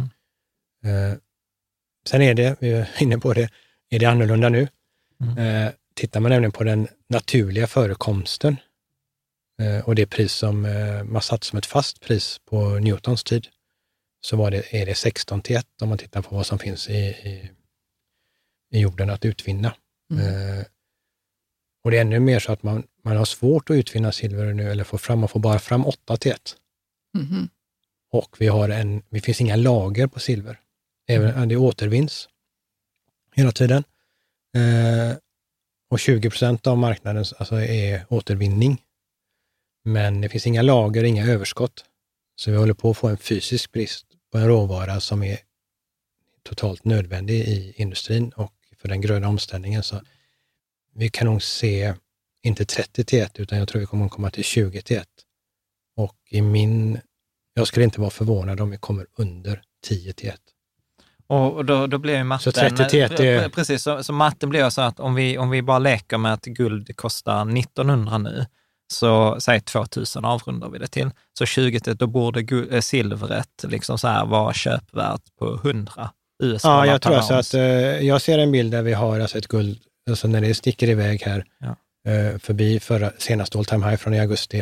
Sen är det, vi är inne på det, är det annorlunda nu. Tittar man nämligen på den naturliga förekomsten och det pris som man satt som ett fast pris på Newtons tid, så är det 16 till 1 om man tittar på vad som finns i jorden att utvinna. Och det är ännu mer så att man har svårt att utvinna silver nu, eller man får bara fram 8 till 1. Och det finns inga lager på silver. Även det återvinns hela tiden. Och 20% av marknaden alltså är återvinning. Men det finns inga lager, inga överskott. Så vi håller på att få en fysisk brist på en råvara som är totalt nödvändig i industrin och för den gröna omställningen. Så vi kan nog se inte 30 till 1 utan jag tror vi kommer att komma till 20 till 1. Och jag skulle inte vara förvånad om vi kommer under 10 till 1.
Och då blir ju matten...
Så 30 till 1 är...
Precis, så matten blir så att om vi bara leker med att guld kostar 1900 nu, så säg 2000 avrundar vi det till. Så 20 till 1, då borde silvret liksom så här vara köpvärt på 100 US.
Ja, jag tror alltså att jag ser en bild där vi har alltså ett guld, alltså när det sticker iväg här förbi senaste all time high från i augusti,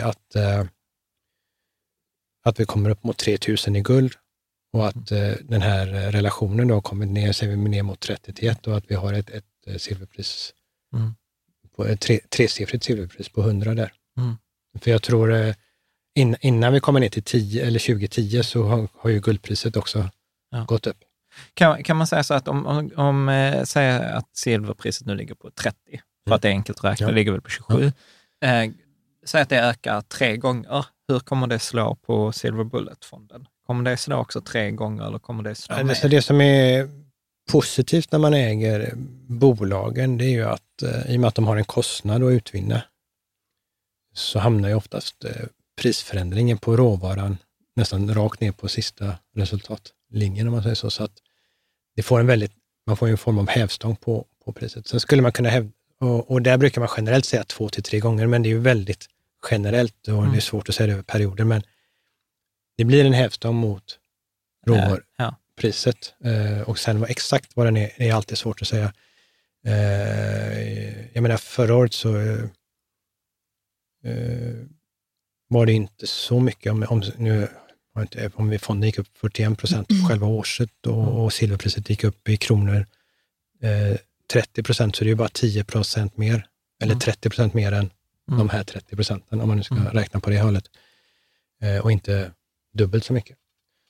att vi kommer upp mot 3000 i guld. Och att den här relationen då kommer ner mot 30 till 1 och att vi har ett silverpris, på ett tresiffrigt silverpris på 100 där. För jag tror innan vi kommer ner till 10 eller 2010 så har ju guldpriset också gått upp.
Kan man säga så att om säger att silverpriset nu ligger på 30, för att det är enkelt att räkna, det ligger väl på 27. Säg att det ökar 3 gånger. Hur kommer det slå på Silver Bullet-fonden? Kommer det slå också 3 gånger eller kommer det slå mer?
Det som är positivt när man äger bolagen, det är ju att i och med att de har en kostnad att utvinna, så hamnar ju oftast prisförändringen på råvaran nästan rakt ner på sista resultat. linjen om man säger så att det får man får en form av hävstång på priset. Sen skulle man kunna hävda, och där brukar man generellt säga 2 till 3 gånger, men det är ju väldigt generellt och det är svårt att säga det över perioder, men det blir en hävstång mot råvarupriset. Och sen exakt vad den är alltid svårt att säga. Jag menar förra året så var det inte så mycket om fonden gick upp 41% på själva årset och silverpriset gick upp i kronor 30%, så det är ju bara 10% mer eller 30% mer än de här 30% om man nu ska räkna på det hållet, och inte dubbelt så mycket.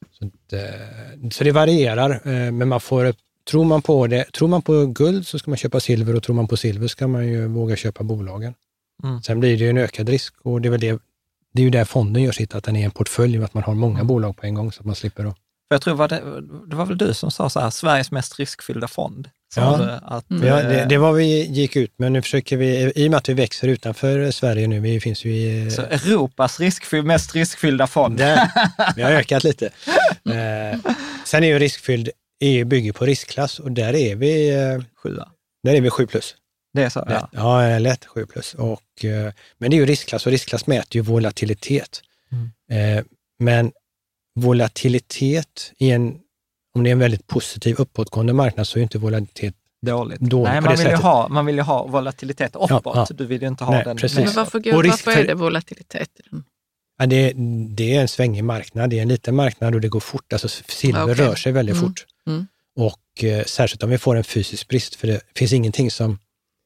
Så det varierar, men man får, tror man på guld så ska man köpa silver, och tror man på silver ska man ju våga köpa bolagen. Sen blir det ju en ökad risk, och det är ju där fonden gör sitt, att den är en portfölj, att man har många bolag på en gång så att man slipper då.
För jag tror det var väl du som sa så här, Sveriges mest riskfyllda fond.
Det var vi gick ut, men nu försöker vi, i och med att vi växer utanför Sverige nu, vi finns ju i...
Så Europas mest riskfyllda fond.
Vi har ökat lite. Sen är ju riskfylld, EU bygger på riskklass, och där är vi
7.
Där är vi 7+.
Det är så,
ja. Ja, lätt 7+. Men det är ju riskklass, och riskklass mäter ju volatilitet. Men volatilitet om det är en väldigt positiv uppåtgående marknad, så är ju inte volatilitet
dåligt. Nej, man vill ju ha volatilitet uppåt. Ja. Du vill ju inte ha den.
Men varför är det volatilitet?
Ja, det är en svängig marknad. Det är en liten marknad och det går fort. Alltså silver rör sig väldigt fort. Och särskilt om vi får en fysisk brist, för det finns ingenting som...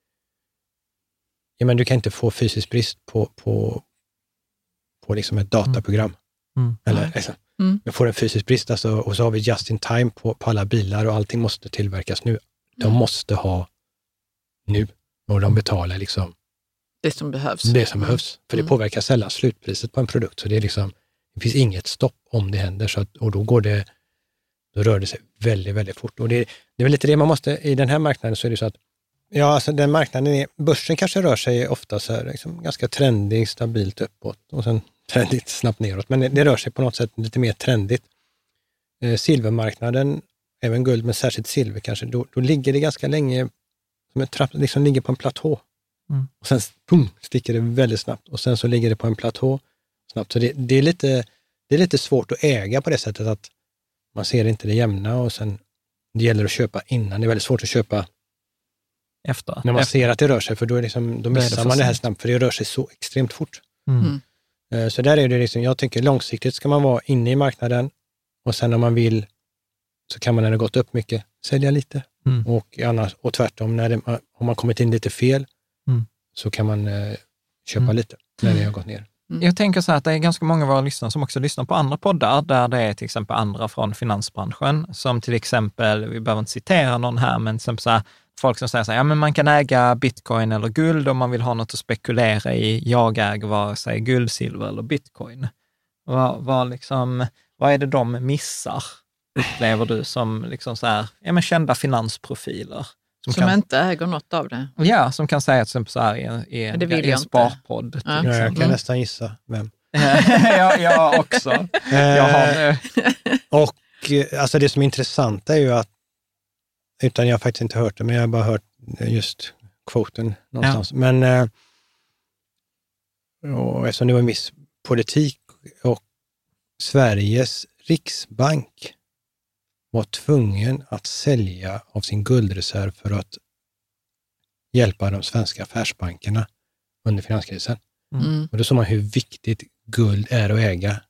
Ja, men du kan inte få fysisk brist på liksom ett dataprogram. Eller liksom. Vi får en fysisk brist, alltså, och så har vi just in time på alla bilar, och allting måste tillverkas nu. De måste ha nu, och de betalar liksom
det som behövs.
För det påverkar sällan slutpriset på en produkt, så det är liksom, det finns inget stopp om det händer, så att, och då rör det sig väldigt, väldigt fort. Och det är väl lite det man måste, i den här marknaden så är det så att alltså den marknaden börsen kanske rör sig ofta så här liksom ganska trendigt, stabilt uppåt, och sen trendigt snabbt neråt, men det rör sig på något sätt lite mer trendigt. Silvermarknaden, även guld, men särskilt silver kanske, då ligger det ganska länge som en trapp, liksom ligger på en platå. Och sen sticker det väldigt snabbt, och sen så ligger det på en platå snabbt. Så det är lite svårt att äga på det sättet, att man ser inte det jämna, och sen det gäller att köpa innan. Det är väldigt svårt att köpa
efter.
När man ser att det rör sig, för då missar man det här snabbt, för det rör sig så extremt fort. Så där är det liksom, jag tycker långsiktigt ska man vara inne i marknaden, och sen om man vill så kan man, när det gått upp mycket, sälja lite. Och tvärtom, om man kommit in lite fel så kan man köpa lite när det har gått ner.
Jag tänker så här att det är ganska många av våra lyssnare som också lyssnar på andra poddar, där det är till exempel andra från finansbranschen, som till exempel, vi behöver inte citera någon här, men som så här, folk som säger så här, ja men man kan äga bitcoin eller guld om man vill ha något att spekulera i. Jag äger vare sig guld, silver eller bitcoin. Vad är det de missar, upplever du, som liksom så här, ja men kända finansprofiler?
Som inte äger något av det.
Ja, som kan säga till exempel så här i en sparpodd.
Ja, jag kan nästan gissa vem.
jag också.
Och alltså det som är intressant är ju att, utan jag har faktiskt inte hört det, men jag har bara hört just kvoten någonstans. Ja. Men eftersom det var en viss politik, och Sveriges riksbank var tvungen att sälja av sin guldreserv för att hjälpa de svenska affärsbankerna under finanskrisen. Och då såg man hur viktigt guld är att äga.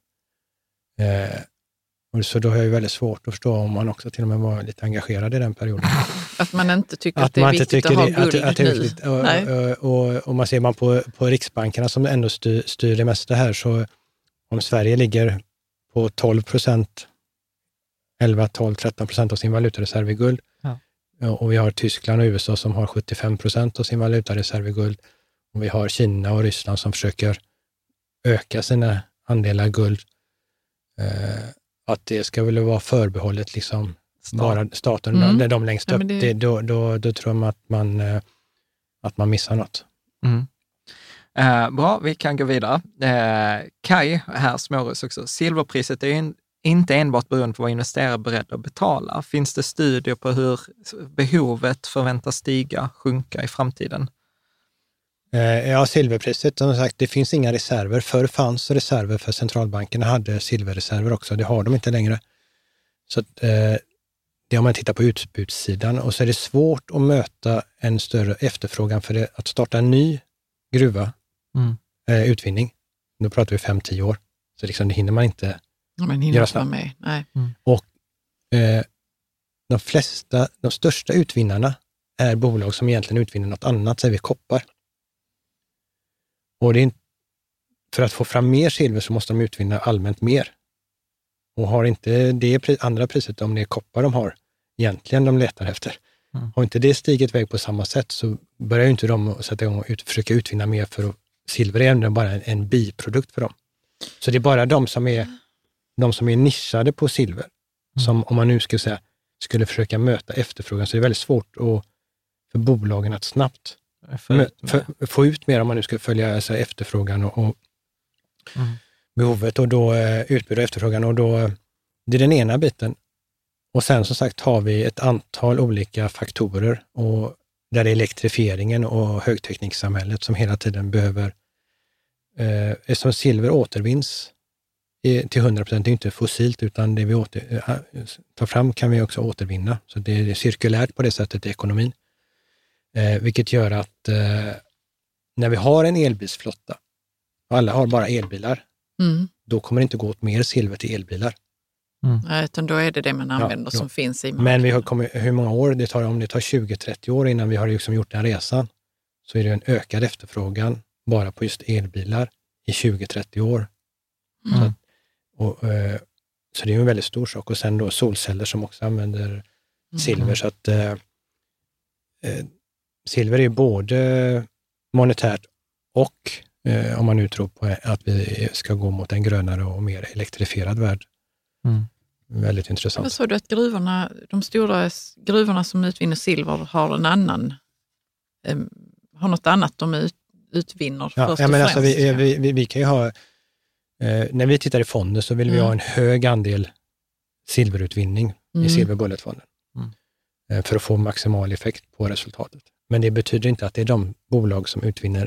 Och så då har jag ju väldigt svårt att förstå om man också till och med var lite engagerad i den perioden.
Att man inte tycker att det är viktigt att ha guld nu.
Och man ser på riksbankerna som ändå styr det mesta här, så om Sverige ligger på 12%, 11, 12, 13% av sin valutareserv i guld. Ja. Och vi har Tyskland och USA som har 75% av sin valutareserv i guld. Och vi har Kina och Ryssland som försöker öka sina andelar guld. Att det ska väl vara förbehållet liksom bara staten, där de längst upp. Då tror man att man missar något.
Bra, vi kan gå vidare. Kai här, Smårus också. Silverpriset är en inte enbart beroende på vad investerare är beredda att betala. Finns det studier på hur behovet förväntas stiga, sjunka i framtiden?
Ja, silverpriset, som sagt, det finns inga reserver. Förr fanns reserver för centralbankerna, hade silverreserver också. Det har de inte längre. Så det har man tittat på utbudssidan, och så är det svårt att möta en större efterfrågan för att starta en ny gruva, utvinning. Då pratar vi 5-10 år. Så liksom, det hinner man inte göra snabbt.
Med. Nej.
Och de största utvinnarna är bolag som egentligen utvinner något annat, säger vi koppar. Och för att få fram mer silver så måste de utvinna allmänt mer. Och har inte det andra priset, om det är koppar de har, egentligen de letar efter. Har inte det stigit väg på samma sätt, så börjar ju inte de sätta igång och försöka utvinna mer, för att silver är ändå bara en biprodukt för dem. Så det är bara de som är nischade på silver, som, om man nu skulle försöka möta efterfrågan, så är det väldigt svårt för bolagen att snabbt få ut mer, om man nu ska följa efterfrågan och behovet, och då utbud och efterfrågan, och då det är den ena biten. Och sen som sagt har vi ett antal olika faktorer, och där det är elektrifieringen och högtekniksamhället som hela tiden behöver, som silver återvinns till 100%, det är inte fossilt, utan det vi tar fram kan vi också återvinna. Så det är cirkulärt på det sättet i ekonomin. Vilket gör att när vi har en elbilsflotta och alla har bara elbilar, då kommer det inte gå åt mer silver till elbilar.
Utan då är det man använder som finns i marknaden.
Men vi har kommit, hur många år det tar, om det tar 20-30 år innan vi har liksom gjort den resan, så är det en ökad efterfrågan bara på just elbilar i 20-30 år. Så det är en väldigt stor sak. Och sen då solceller som också använder silver. Så att silver är både monetärt och om man nu tror på att vi ska gå mot en grönare och mer elektrifierad värld. Väldigt intressant.
Jag såg du att de stora gruvorna som utvinner silver har något annat de utvinner först och främst. Alltså
vi kan ju ha, när vi tittar i fonder så vill vi ha en hög andel silverutvinning i silverbulletfonden för att få maximal effekt på resultatet. Men det betyder inte att det är de bolag som utvinner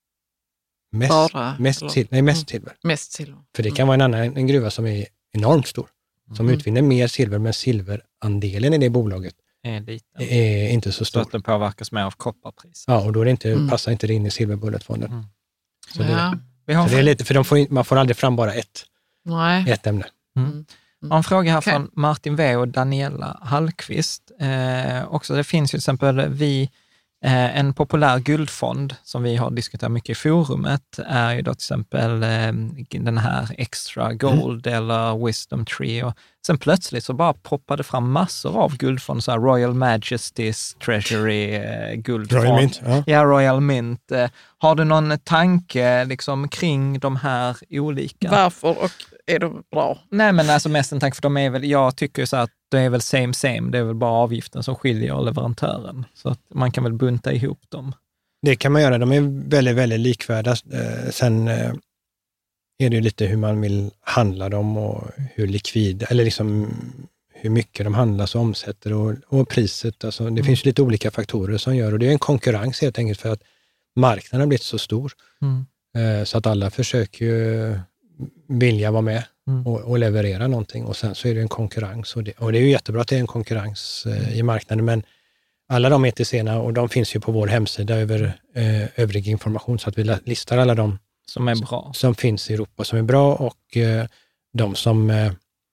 mest silver.
Mest silver.
För det kan vara en gruva som är enormt stor, som utvinner mer silver, men silverandelen i det bolaget är inte så stor.
Så att det påverkas mer av kopparpris.
Ja, och då är det inte, passar inte det in i silverbulletfonden. Så
så
det är lite, för man får aldrig fram bara ett ämne.
En fråga här från Martin V och Daniela Hallqvist. Också det finns ju till exempel en populär guldfond som vi har diskuterat mycket i forumet är ju då till exempel den här Extra Gold eller Wisdom Tree, och sen plötsligt så bara poppade fram massor av guldfond, så här Royal Majesty's Treasury guldfond.
Royal Mint.
Ja, Royal Mint. Har du någon tanke liksom kring de här olika?
Varför och är de bra?
Nej, men alltså mest en tanke, för de är väl, jag tycker så att det är väl same, det är väl bara avgiften som skiljer leverantören. Så att man kan väl bunta ihop dem.
Det kan man göra, de är väldigt, väldigt likvärda. Sen är det ju lite hur man vill handla dem och hur likvid, eller liksom hur mycket de handlas och omsätter och priset. Alltså, det finns lite olika faktorer som gör, och det är en konkurrens helt enkelt för att marknaden har blivit så stor. Så att alla försöker ju vilja vara med och leverera någonting, och sen så är det en konkurrens, och det är ju jättebra att det är en konkurrens i marknaden, men alla de ETC:na, och de finns ju på vår hemsida över övrig information, så att vi listar alla de
som är bra,
som finns i Europa som är bra, och de som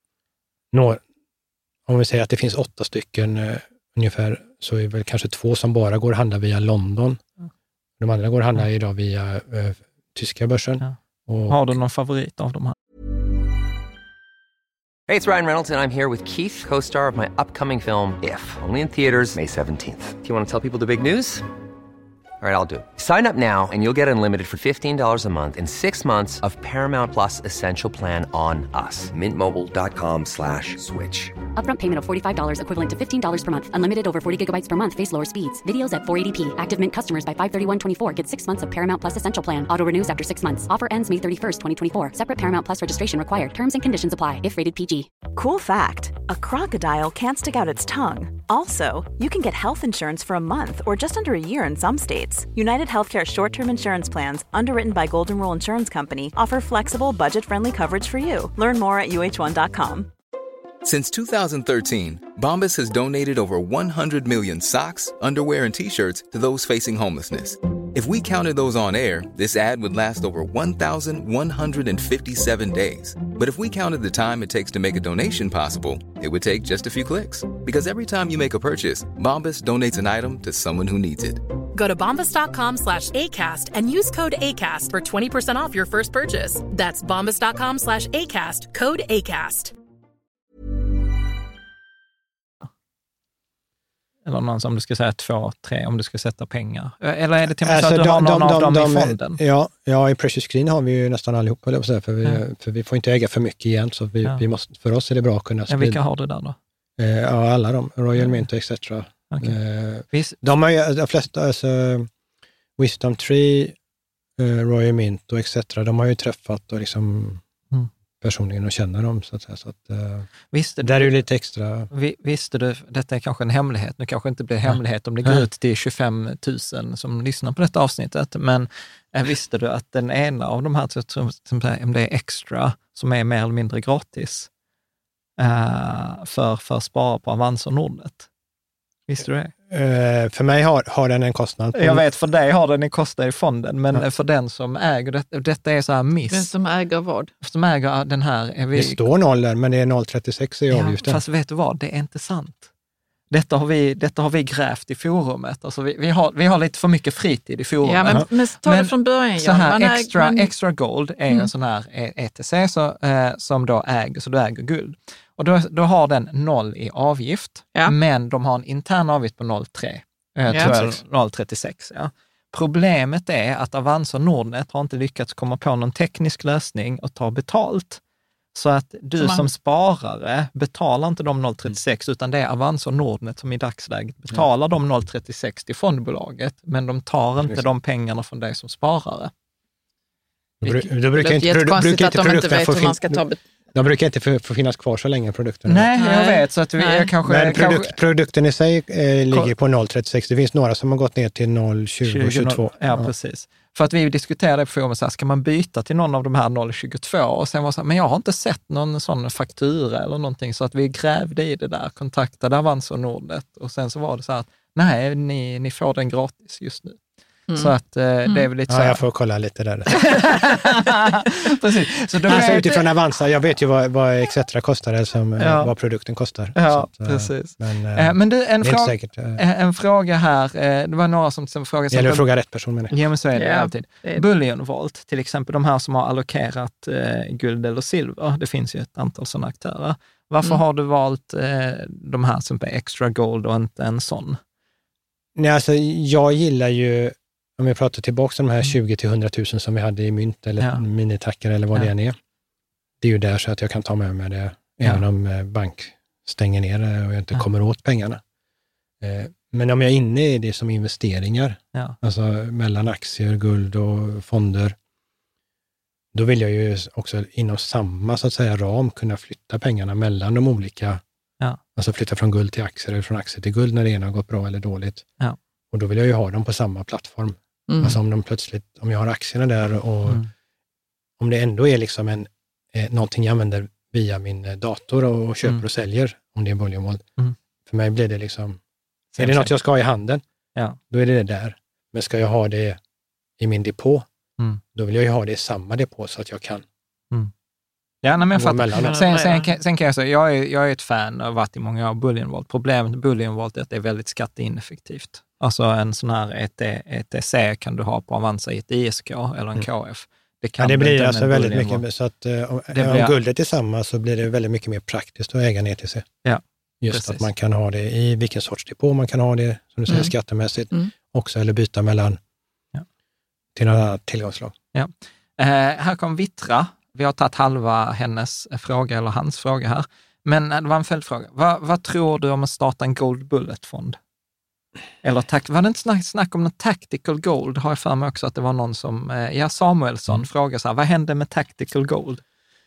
om vi säger att det finns 8 stycken ungefär, så är väl kanske 2 som bara går att handla via London. De andra går att handla idag via tyska börsen.
Har du någon favorit av de här?
Hey, it's Ryan Reynolds, and I'm here with Keith, co-star of my upcoming film, If, only in theaters May 17th. Do you want to tell people the big news? All right, I'll do it. Sign up now and you'll get unlimited for $15 a month and 6 months of Paramount Plus Essential Plan on us.
MintMobile.com/switch. Upfront payment of $45 equivalent to $15 per month. Unlimited over 40 gigabytes per month. Face lower speeds. Videos at 480p. Active Mint customers by 531.24 get 6 months of Paramount Plus Essential Plan. Auto renews after 6 months. Offer ends May 31st, 2024. Separate Paramount Plus registration required. Terms and conditions apply if rated PG.
Cool fact, a crocodile can't stick out its tongue. Also, you can get health insurance for a month or just under a year in some states. United Healthcare short-term insurance plans, underwritten by Golden Rule Insurance Company, offer flexible, budget-friendly coverage for you. Learn more at uh1.com.
Since 2013, Bombas has donated over 100 million socks, underwear, and T-shirts to those facing homelessness. If we counted those on air, this ad would last over 1,157 days. But if we counted the time it takes to make a donation possible, it would take just a few clicks. Because every time you make a purchase, Bombas donates an item to someone who needs it.
Go to bombas.com/ACAST and use code ACAST for 20% off your first purchase. That's bombas.com/ACAST, code ACAST.
Eller någon som du ska säga 2, 3 om du ska sätta pengar. Eller är det till och med så att du har någon av dem i fonden?
Ja, i Precious Green har vi ju nästan allihop, för vi får inte äga för mycket igen. Så vi måste, för oss är det bra att kunna sprida.
Vilka har du där då?
Ja, alla de. Royal Mint och etc. Okay. De har ju, de flesta, alltså Wisdom Tree, Royal Mint och etc. De har ju träffat och liksom personligen och känner dem, så att säga. Så att,
visste
där är ju lite extra.
Visste du, detta är kanske en hemlighet, nu kanske inte blir hemlighet om det går ut till 25 000 som lyssnar på detta avsnittet, men visste du att den ena av de här, om det är extra, som är mer eller mindre gratis för spara på Avanza och Nordnet? Visste du det?
För mig har den en kostnad.
Jag vet, för dig har den en kostnad i fonden, men för den som äger detta är så här miss.
Den som äger vad?
Som äger den här.
Det står 0 där, men det är 0,36 i avgiften.
Fast vet du vad, det är inte sant. Detta har vi grävt i forumet. Alltså vi har lite för mycket fritid i forumet.
Ja, men ta det från början.
Så här, extra gold är en sån här ETC som då äger, så du äger guld. Och då har den 0 i avgift, men de har en intern avgift på 0,36. Ja. Problemet är att Avanza och Nordnet har inte lyckats komma på någon teknisk lösning att ta betalt. Så att du som sparare betalar inte de 0,36 utan det är Avanza och Nordnet som i dagsläget betalar de 0,36 till fondbolaget, men de tar inte de pengarna från dig som sparare.
Då brukar inte produkterna de brukar inte få finnas kvar så länge, produkterna.
Nej, jag vet. Så att
men produkten i sig ligger på 0,36. Det finns några som har gått ner till 0,20 och 22.
Ja, precis. För att vi diskuterade på forumet så här, ska man byta till någon av de här 0,22? Och sen var så här, men jag har inte sett någon sån faktura eller någonting, så att vi grävde i det där, kontaktade Avanza och Nordnet, och sen så var det så här att nej, ni får den gratis just nu. Så att det är väl lite så här.
Jag får kolla lite där.
Precis. Så då
utifrån Avanza, jag vet ju vad etc. kostar, eller vad produkten kostar.
Ja,
så att,
precis.
Men
du, en fråga här. Det var några som frågade.
Eller fråga rätt person med det.
Ja, men så är det alltid. Bullion Vault, till exempel, de här som har allokerat guld eller silver. Det finns ju ett antal sådana aktörer. Varför har du valt de här som är extra gold och inte en sån?
Nej, alltså jag gillar ju, om vi pratar tillbaka till de här 20 till 100 000 som vi hade i mynt eller minitackar eller vad det än är. Det är ju där så att jag kan ta med mig det även om bank stänger ner det och jag inte kommer åt pengarna. Men om jag är inne i det som investeringar, alltså mellan aktier, guld och fonder, då vill jag ju också inom samma, så att säga, ram kunna flytta pengarna mellan de olika, alltså flytta från guld till aktier eller från aktier till guld när det ena har gått bra eller dåligt. Och då vill jag ju ha dem på samma plattform. Alltså om jag har aktierna där och om det ändå är liksom någonting jag använder via min dator och köper och säljer, om det är Bullion Vault. För mig blir det liksom, är det något jag ska ha i handen, då är det där. Men ska jag ha det i min depå, då vill jag ju ha det i samma depå så att jag kan
Ja, nej, men sen kan jag säga, jag är ett fan och varit i många av Bullion Vault. Problemet med Bullion Vault är att det är väldigt skatteineffektivt. Alltså en sån här ETC kan du ha på Avanza i ett ISK eller en KF.
Det blir alltså väldigt mycket, så att om guldet är samma så blir det väldigt mycket mer praktiskt att äga en ETC.
Ja,
just
precis.
Att man kan ha det i vilken sorts depå man kan ha det, som du säger, skattemässigt också, eller byta mellan till något annat tillgångslag.
Ja. Här kom Vittra. Vi har tagit halva hennes fråga eller hans fråga här. Men det var en följdfråga. Vad tror du om att starta en Gold Bullet-fond? Eller var det inte snack om en Tactical Gold? Har jag för mig också att det var någon som, Samuelsson frågade så här, vad hände med Tactical Gold?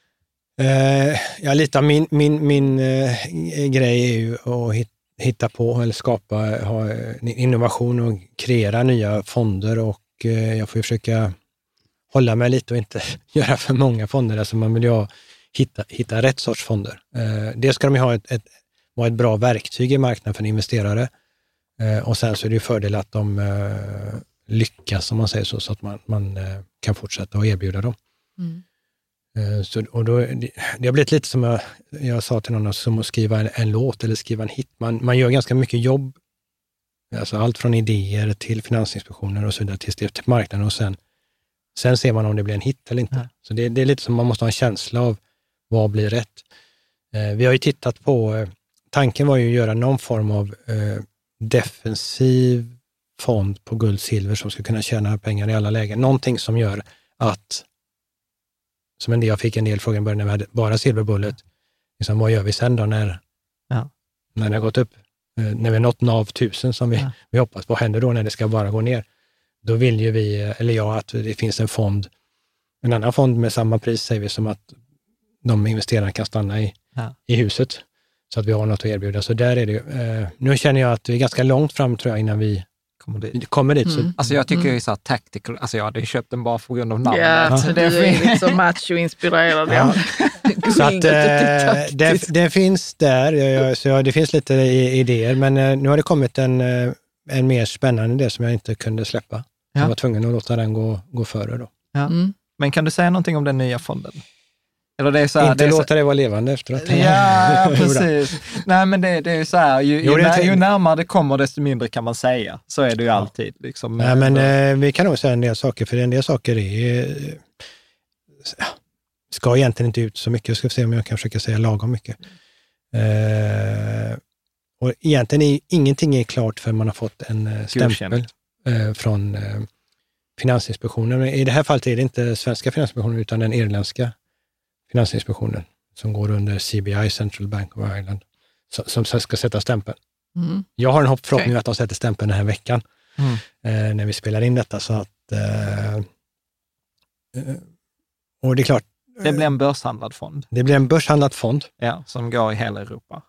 Lite av min grej är ju att hitta på eller skapa innovation och kreera nya fonder, och jag får ju försöka hålla mig lite och inte göra för många fonder. Alltså man vill ju hitta rätt sorts fonder. Det ska de ju vara ett bra verktyg i marknaden för en investerare, och sen så är det ju fördel att de lyckas, om man säger så att man kan fortsätta att erbjuda dem. Och då, det har blivit lite som jag sa till någon, som att skriva en låt eller skriva en hit. Man gör ganska mycket jobb, alltså allt från idéer till Finansinspektionen och så vidare till marknaden, och sen ser man om det blir en hit eller inte. Ja. Så det är lite som man måste ha en känsla av vad blir rätt. Vi har ju tittat på, tanken var ju att göra någon form av defensiv fond på guld, silver som ska kunna tjäna pengar i alla lägen. Någonting som gör att, som jag fick en del frågor i början när vi hade bara silverbullet, liksom, vad gör vi sen då när det har gått upp? När vi har nått NAV 1000 som vi hoppas, vad händer då när det ska bara gå ner? Då vill ju att det finns en annan fond med samma pris, säger vi, som att de investerarna kan stanna i huset, så att vi har något att erbjuda. Så där är det ju. Nu känner jag att vi är ganska långt fram, tror jag, innan vi kommer dit. Så.
Alltså jag tycker ju så här tactical, alltså jag hade köpt den bara för grund av namnet.
Ja, det är lite så macho-inspirerad. Ja.
Så att det finns där, så det finns lite idéer, men nu har det kommit en mer spännande idé som jag inte kunde släppa. Jag var tvungen att låta den gå före då.
Ja. Men kan du säga någonting om den nya fonden? Eller det är så här,
inte låta det vara levande efteråt.
Ja, precis. Nej, men det är ju så här, ju närmare det kommer, desto mindre kan man säga. Så är det ju alltid. Liksom.
Nej, men vi kan nog säga en del saker, för en del saker ska egentligen inte ut så mycket. Jag ska se om jag kan försöka säga lagom mycket. Och egentligen ingenting är klart för man har fått en stämpel från Finansinspektionen. I det här fallet är det inte svenska Finansinspektionen utan den irländska Finansinspektionen som går under CBI, Central Bank of Ireland, som ska sätta stämpeln. Jag har en förhoppning att de sätter stämpeln den här veckan när vi spelar in detta. Så att, och det är klart.
Det blir en börshandlad fond.
Det blir en börshandlad fond.
Ja, som går i hela Europa.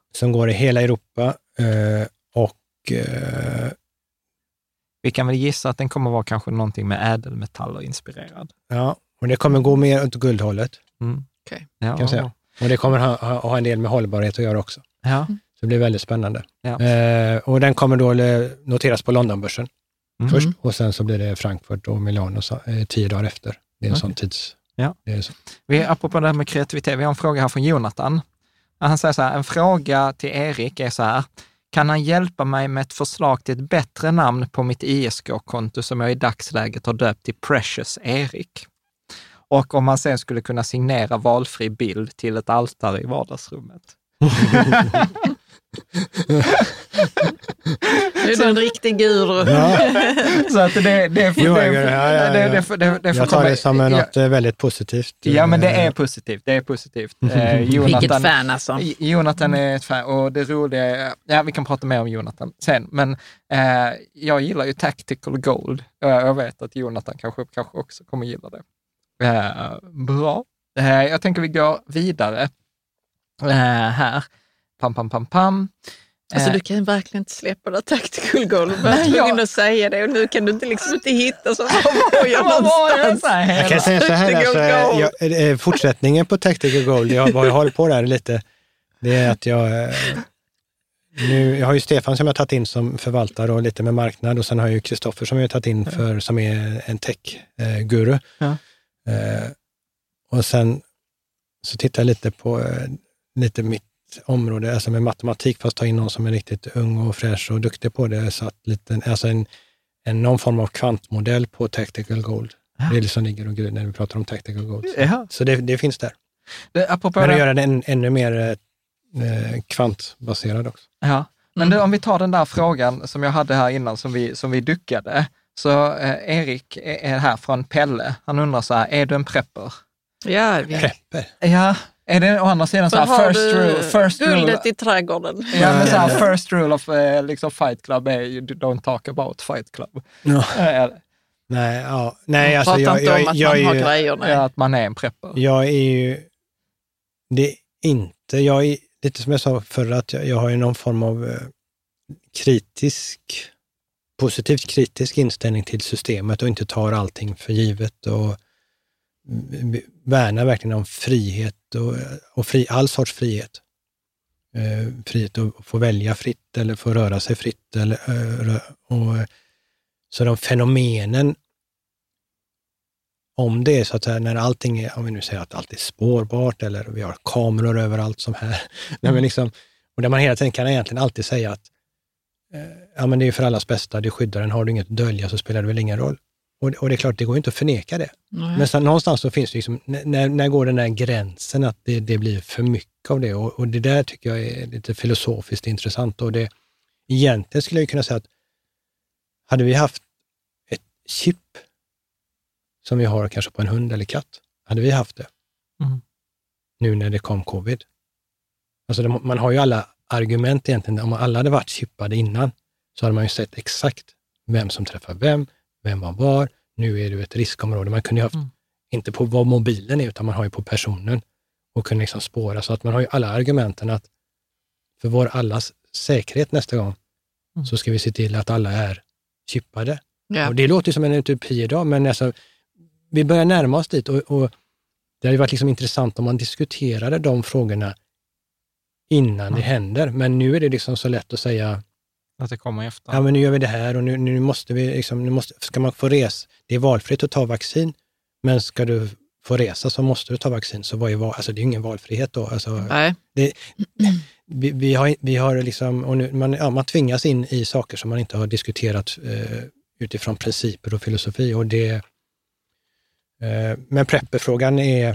Vi kan väl gissa att den kommer vara kanske någonting med ädelmetaller inspirerad.
Ja, och det kommer gå mer åt guldhållet.
Okay.
Kan jag säga. Och det kommer ha en del med hållbarhet att göra också.
Ja.
Så det blir väldigt spännande.
Ja.
Och den kommer då noteras på Londonbörsen först, och sen så blir det Frankfurt och Milano 10 dagar efter. Det är en sån tids...
Ja.
Det är så.
Apropå det här med kreativitet, vi har en fråga här från Jonathan. Han säger så här, en fråga till Erik är så här: kan han hjälpa mig med ett förslag till ett bättre namn på mitt ISK-konto som jag i dagsläget har döpt till Precious Erik? Och om man sen skulle kunna signera valfri bild till ett altare i vardagsrummet.
Det är en riktig guru.
Så att jag tar det som något väldigt positivt.
Ja, men det är positivt. Det är positivt.
Vilket fan alltså.
Jonathan är ett fan, och det roliga är, vi kan prata mer om Jonathan sen, men jag gillar ju Tactical Gold. Jag vet att Jonathan kanske också kommer gilla det. Bra. Jag tänker vi går vidare här. Pam.
Alltså du kan verkligen inte släppa det Tactical Gold. Jag vill säga det, och nu kan du inte inte hitta så vad jag någonstans.
Jag kan säga så här, fortsättningen på Tactical Gold, jag håller på där lite, det är att jag har ju Stefan som jag tagit in som förvaltare och lite med marknad, och sen har jag ju Kristoffer som jag tagit in som är en tech-guru. Ja. Och sen så tittar jag lite på lite mitt område, alltså med matematik, fast ta in någon som är riktigt ung och fräsch och duktig på det, så att någon form av kvantmodell på Tactical Gold. Ja. Det är liksom ligger och grund när vi pratar om Tactical Gold. Så det finns där. Men att göra den ännu mer kvantbaserad också.
Ja, men om vi tar den där frågan som jag hade här innan som vi duckade, så Erik är här från Pelle. Han undrar så här, är du en prepper?
Ja,
prepper?
Ja, är det å andra sidan så här first
guldet i trädgården?
Ja, men så här, first rule of liksom Fight Club är you don't talk about Fight Club.
No. Nej, alltså jag
har grejer,
att man är en prepper.
Jag är ju det är inte. Jag är lite som jag sa förra, att jag har ju någon form av positivt kritisk inställning till systemet och inte tar allting för givet och värnar verkligen om frihet och all sorts frihet. Frihet att få välja fritt eller få röra sig fritt. Så de fenomenen, om det är så att säga, när allting är, om vi nu säger att allt är spårbart eller vi har kameror överallt som här, men liksom, och där man hela tiden kan egentligen alltid säga att ja, men det är för allas bästa, det skyddar den, har du inget att dölja så spelar det väl ingen roll. Och det är klart, det går inte att förneka det. Nej. Men så, någonstans så finns det liksom, när går den där gränsen att det blir för mycket av det, och det där tycker jag är lite filosofiskt intressant, och det egentligen skulle jag kunna säga att hade vi haft ett chip som vi har kanske på en hund eller katt, hade vi haft det nu när det kom covid. Alltså man har ju alla argument egentligen, om alla hade varit chippade innan så hade man ju sett exakt vem som träffar vem var, nu är det ett riskområde. Man kunde ju haft, inte på vad mobilen är, utan man har ju på personen och kunde liksom spåra, så att man har ju alla argumenten att för vår allas säkerhet nästa gång så ska vi se till att alla är chippade. Yeah. Och det låter ju som en utopi idag, men alltså, vi börjar närma oss dit, och det har ju varit liksom intressant om man diskuterade de frågorna innan det händer, men nu är det liksom så lätt att säga
att det kommer efter.
Ja, men nu gör vi det här och nu måste vi liksom, ska man få resa, det är valfritt att ta vaccin, men ska du få resa så måste du ta vaccin, så alltså det är ingen valfrihet då. Alltså,
nej.
Vi har liksom, och nu, man tvingas in i saker som man inte har diskuterat utifrån principer och filosofi, och det men prepperfrågan är,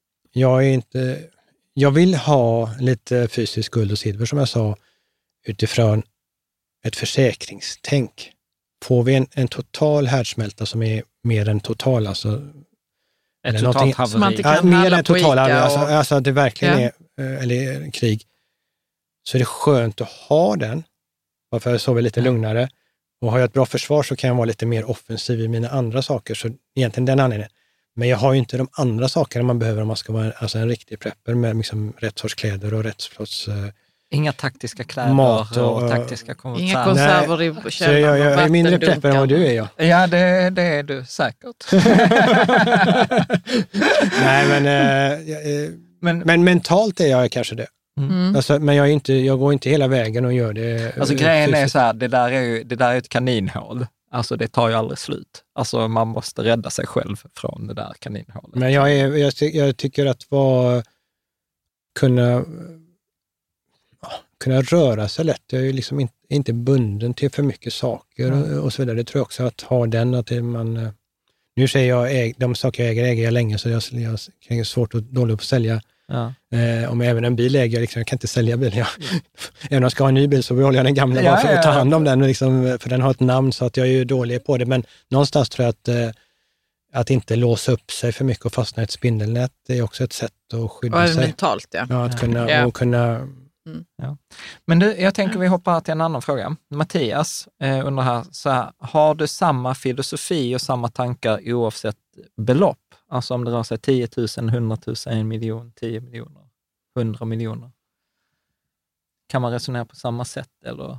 jag vill ha lite fysiskt guld och silver som jag sa, utifrån ett försäkringstänk. Får vi en total härdsmälta som är mer än total, alltså
ett totalt haveri.
Mer än total haveri, alltså det verkligen är, eller krig, så är det skönt att ha den, varför jag sover lite lugnare, och har jag ett bra försvar så kan jag vara lite mer offensiv i mina andra saker, så egentligen den anledningen. Men jag har ju inte de andra sakerna man behöver om man ska vara en riktig prepper med liksom rätt sorts kläder och rätt sorts
inga taktiska kläder mat och taktiska konserver.
Inga konserver i
källaren. Jag är mindre prepper än vad du är, ja.
Ja, det är du säkert.
Nej, men mentalt är jag kanske det. Alltså, men jag går inte hela vägen och gör det.
Alltså grejen är så här, det där är ett kaninhål. Alltså det tar ju aldrig slut. Alltså man måste rädda sig själv från det där kaninhålet.
Men jag tycker att kunna röra sig lätt. Jag är ju liksom inte bunden till för mycket saker och så vidare. Det tror jag också, att ha den, att man... Nu säger jag, de saker jag äger jag länge, så jag är svårt och dåligt att sälja. Ja. Om även en bil äger jag kan inte sälja bilen. Även om jag ska ha en ny bil så behåller jag den gamla bara för att ta hand om den. Liksom, för den har ett namn, så att jag är ju dålig på det. Men någonstans tror jag att inte låsa upp sig för mycket och fastna i ett spindelnät, det är också ett sätt att skydda sig.
Mentalt, ja.
Att kunna...
Ja. Men jag tänker vi hoppar till en annan fråga. Mattias undrar här, så här, har du samma filosofi och samma tankar oavsett belopp? Alltså om det rör sig 10 000, 100 000, 1 miljon, 10 miljoner, 100 miljoner. Kan man resonera på samma sätt, eller?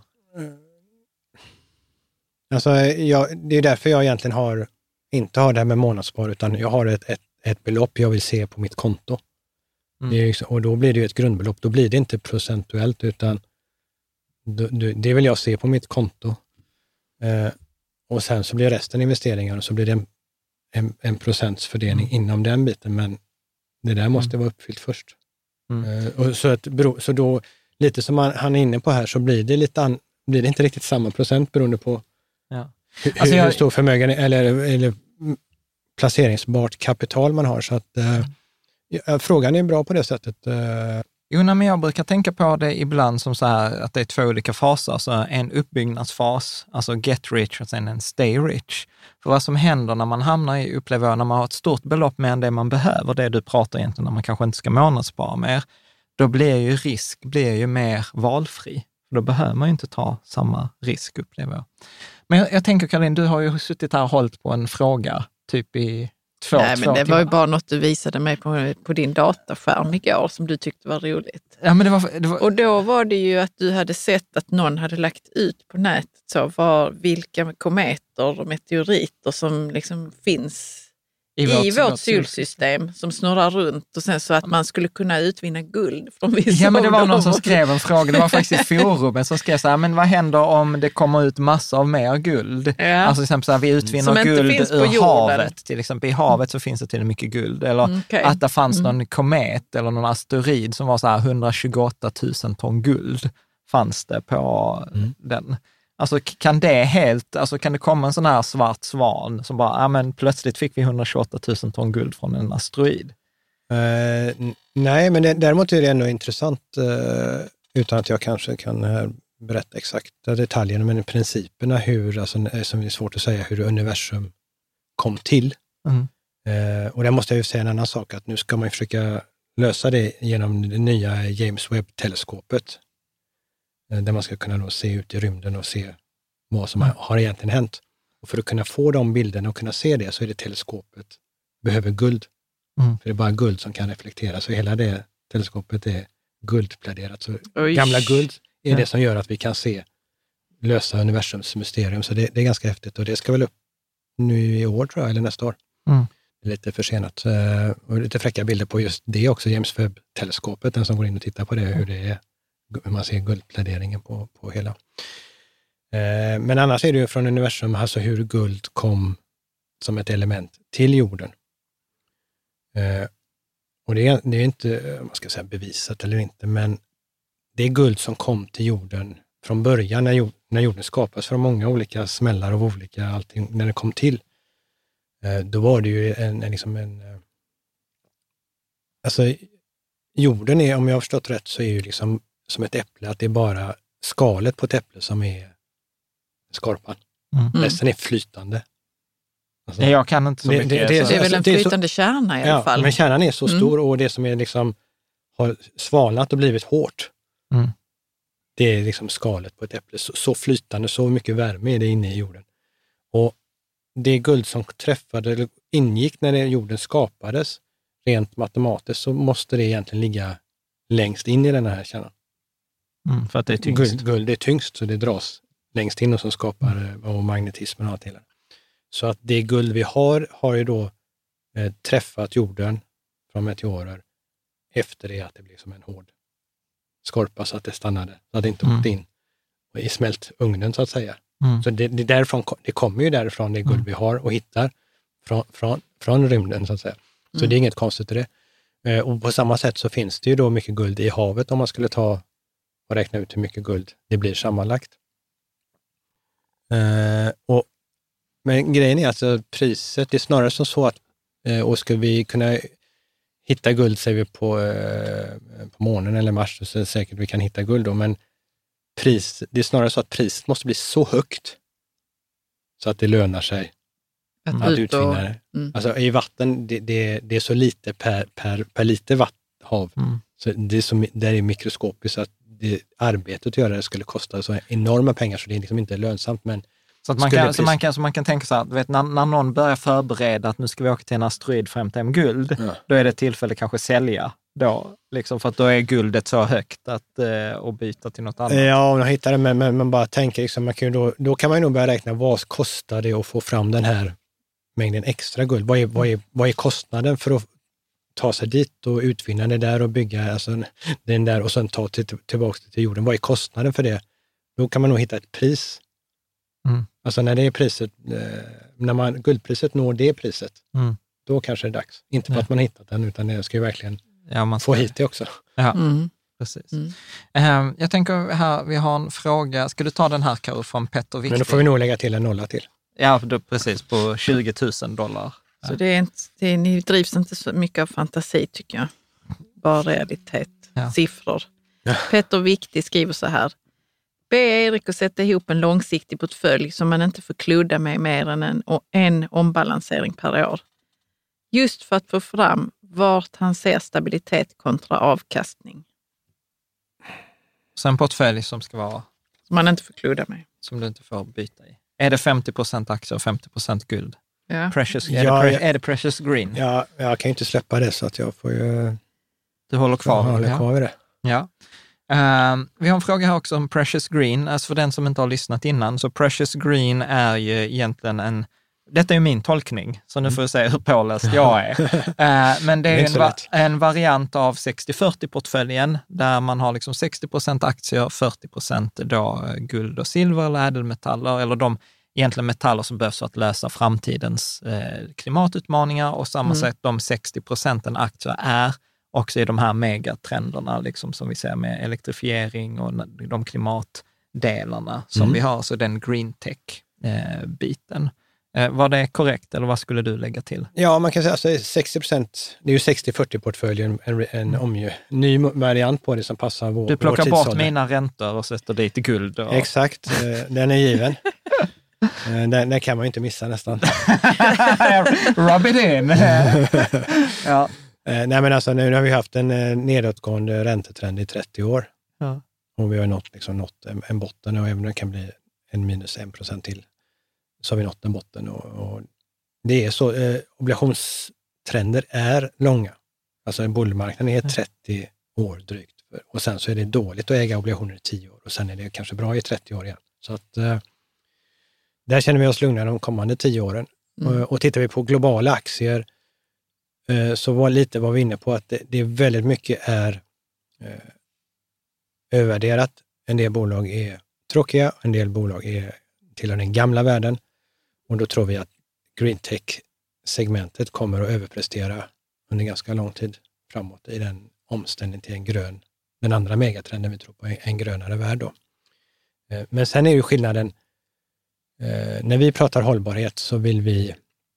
Alltså,
det är därför jag egentligen inte har det här med månadsspar, utan jag har ett belopp jag vill se på mitt konto. Och då blir det ju ett grundbelopp. Då blir det inte procentuellt, utan det vill jag se på mitt konto. Och sen så blir resten investeringar, och så blir det en procentsfördelning inom den biten. Men det där måste vara uppfyllt först. Och så då, lite som han är inne på här, så blir det inte riktigt samma procent beroende på hur stor förmögenhet eller placeringsbart kapital man har. Så att frågan är bra på det sättet.
Jo, men jag brukar tänka på det ibland som så här att det är 2 olika faser. Så en uppbyggnadsfas, alltså get rich och sen en stay rich. För vad som händer när man hamnar i upplever när man har ett stort belopp mer än det man behöver, det du pratar egentligen när man kanske inte ska månadsspara mer, då blir ju risk mer valfri. Då behöver man ju inte ta samma risk, upplever jag. Men jag tänker, Caroline, du har ju suttit här och hållit på en fråga typ i 2
Nej, men det
timmar.
var ju bara något du visade mig på din dataskärm igår som du tyckte var roligt.
Ja, men det var...
Och då var det ju att du hade sett att någon hade lagt ut på nätet vilka kometer och meteoriter som liksom finns i vårt solsystem som snurrar runt, och sen så att man skulle kunna utvinna guld från vissa.
Ja, men det var någon som skrev en fråga, det var faktiskt i forumen som skrev så här, men vad händer om det kommer ut massor av mer guld? Ja. Alltså till exempel så här, vi utvinner guld ur havet, till exempel i havet så finns det till mycket guld, eller att det fanns någon komet eller någon asteroid som var så här 128 000 ton guld fanns det på den. Alltså kan det komma en sån här svart svan som bara, men plötsligt fick vi 128 000 ton guld från en asteroid?
Nej, men däremot är det ändå intressant, utan att jag kanske kan berätta exakta detaljerna, men principerna som är svårt att säga hur universum kom till. Och där måste jag ju säga en annan sak, att nu ska man försöka lösa det genom det nya James Webb-teleskopet. Där man ska kunna då se ut i rymden och se vad som har egentligen hänt. Och för att kunna få de bilderna och kunna se det så är det teleskopet behöver guld. För det är bara guld som kan reflektera. Så hela det teleskopet är guldpläderat. Så gamla guld är det som gör att vi kan lösa universums mysterium. Så det är ganska häftigt. Och det ska väl upp nu i år, tror jag, eller nästa år. Lite försenat. Och lite fräcka bilder på just det också. James Webb-teleskopet, den som går in och tittar på det, hur det är. Hur man ser guldpläderingen på hela. Men annars är det ju från universum, alltså hur guld kom som ett element till jorden. Och det är inte, man ska säga bevisat eller inte, men det är guld som kom till jorden från början när jorden skapas från många olika smällar av olika allting. När det kom till, då var det ju alltså jorden är, om jag har förstått rätt, så är ju liksom som ett äpple, att det är bara skalet på ett äpple som är skorpan. Resten är flytande. Alltså,
jag kan inte så mycket.
Det är väl en flytande kärna i alla fall.
Men kärnan är så stor, och det som är liksom har svalnat och blivit hårt, det är liksom skalet på ett äpple. Så flytande, så mycket värme är det inne i jorden. Och det guld som ingick när jorden skapades, rent matematiskt, så måste det egentligen ligga längst in i den här kärnan.
För att det är tyngst.
Guld är tyngst, så det dras längst in och som skapar och magnetismen och allt hela. Så att det guld vi har ju då träffat jorden från meteorer efter det att det blev som en hård skorpa, så att det stannade, så att det inte åkte in i smältugnen, så att säga. Så det kommer ju därifrån, det guld vi har och hittar från rymden, så att säga. Så det är inget konstigt i det. Och på samma sätt så finns det ju då mycket guld i havet, om man skulle ta och räkna ut hur mycket guld det blir sammanlagt. Men grejen är alltså priset, det är snarare som så att och ska vi kunna hitta guld, säger vi på månen eller Mars, så är det säkert vi kan hitta guld då, men det är snarare så att priset måste bli så högt så att det lönar sig att utvinna det. Alltså i vatten, det är så lite per liter hav. Så det är mikroskopiskt, så att arbetet att göra det skulle kosta så enorma pengar, så det är liksom inte lönsamt. Men
så att man kan tänka så här, du vet, när någon börjar förbereda att nu ska vi åka till en asteroid för att hämta hem guld, då är det tillfälle kanske sälja då, liksom, för att då är guldet så högt att byta till något annat. Ja,
om jag hittar det, men man bara tänker liksom, då kan man ju nog börja räkna, vad kostar det att få fram den här mängden extra guld? Vad är kostnaden för att ta sig dit och utvinna det där och bygga alltså, den där och sen ta tillbaka till jorden? Vad är kostnaden för det? Då kan man nog hitta ett pris. Alltså när det är priset, när guldpriset når det priset, då kanske det är dags. Inte för att man har hittat den, utan det ska ju verkligen få hit det också.
Ja, precis. Jag tänker här, vi har en fråga. Ska du ta den här, Karo, från Petter Viktig?
Men då får vi nog lägga till en nolla till.
Ja, precis, på $20,000.
Så ni drivs inte så mycket av fantasi, tycker jag. Bara realitet. siffror. Petter Viktig skriver så här. Be Erik att sätta ihop en långsiktig portfölj som man inte får kludda med mer än en ombalansering per år. Just för att få fram vart han ser stabilitet kontra avkastning.
Så en portfölj som ska vara...
Som man inte får kludda med.
Som du inte får byta i. Är det 50% aktier och 50% guld?
Ja.
Är det Precious Green?
Ja, jag kan ju inte släppa det så att jag får ju...
Du håller kvar
vid det.
Ja. Vi har en fråga här också om Precious Green. Alltså för den som inte har lyssnat innan, så Precious Green är ju egentligen detta är ju min tolkning, så nu får jag se hur påläst jag är. Men det är en variant av 60-40-portföljen där man har liksom 60% aktier, 40% då guld och silver eller ädelmetaller, eller de egentligen metaller som behövs för att lösa framtidens klimatutmaningar, och samma sätt de 60% aktier är också i de här megatrenderna liksom, som vi ser med elektrifiering och de klimatdelarna som vi har, så den green tech-biten. Var det korrekt eller vad skulle du lägga till?
Ja, man kan säga alltså 60%, det är ju 60-40-portföljen, en ny variant på det som passar vår tidsålder.
Du plockar bort mina räntor och sätter dit guld. Och... Exakt,
den är given. Den kan man ju inte missa nästan.
Rub it in!
Ja. Nej, men alltså nu har vi haft en nedåtgående räntetrend i 30 år. Ja. Och vi har nått en botten, och även om det kan bli en minus 1% till, så har vi nått en botten. Och det är så, obligationstrender är långa. Alltså en bullmarknad är 30 år drygt. Och sen så är det dåligt att äga obligationer i 10 år. Och sen är det kanske bra i 30 år igen. Så att där känner vi oss lugna de kommande 10 åren. Och tittar vi på globala aktier, så var vi inne på att det är väldigt mycket är övervärderat. En del bolag är tråkiga, en del bolag är tillhör den gamla världen, och då tror vi att green tech-segmentet kommer att överprestera under ganska lång tid framåt i den omställning till den andra megatrenden vi tror på, en grönare värld då. Men sen är ju skillnaden, när vi pratar hållbarhet så vill vi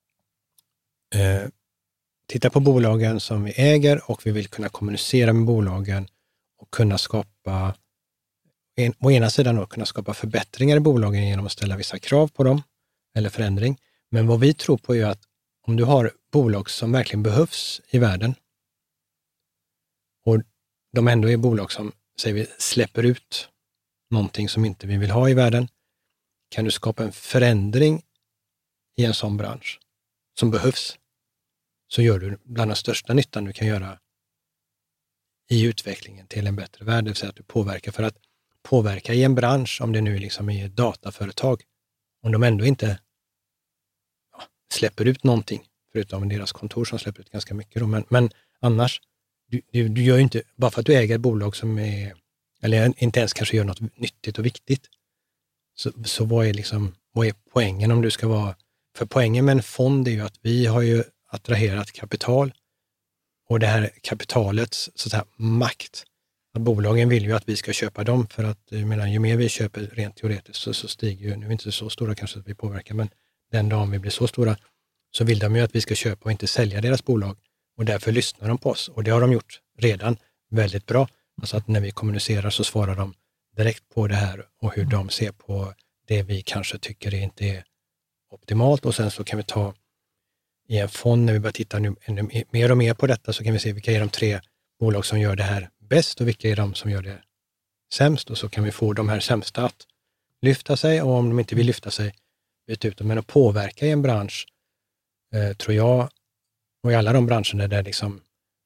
titta på bolagen som vi äger, och vi vill kunna kommunicera med bolagen och kunna skapa, å ena sidan då, kunna skapa förbättringar i bolagen genom att ställa vissa krav på dem eller förändring. Men vad vi tror på är att om du har bolag som verkligen behövs i världen, och de ändå är bolag som, säger vi, släpper ut någonting som inte vi vill ha i världen, kan du skapa en förändring i en sån bransch som behövs, så gör du bland den största nyttan du kan göra i utvecklingen till en bättre värld. Det vill säga att du påverkar, för att påverka i en bransch, om det nu liksom är ett dataföretag, om de ändå inte släpper ut någonting, förutom deras kontor som släpper ut ganska mycket då. Men annars, du gör ju inte, bara för att du äger ett bolag som är, eller inte ens kanske gör något nyttigt och viktigt, så vad är poängen om du ska vara, för poängen med en fond är ju att vi har ju attraherat kapital, och det här kapitalets så att säga makt, att bolagen vill ju att vi ska köpa dem, för att ju mer vi köper rent teoretiskt så stiger ju, nu är vi inte så stora kanske att vi påverkar, men den dagen vi blir så stora så vill de ju att vi ska köpa och inte sälja deras bolag, och därför lyssnar de på oss, och det har de gjort redan väldigt bra. Alltså att när vi kommunicerar så svarar de direkt på det här och hur de ser på det vi kanske tycker inte är optimalt, och sen så kan vi ta i en fond, när vi börjar titta nu ännu mer och mer på detta, så kan vi se vilka är de 3 bolag som gör det här bäst och vilka är de som gör det sämst, och så kan vi få de här sämsta att lyfta sig, och om de inte vill lyfta sig, byta ut dem. Men att påverka i en bransch, tror jag, och i alla de branscherna där liksom,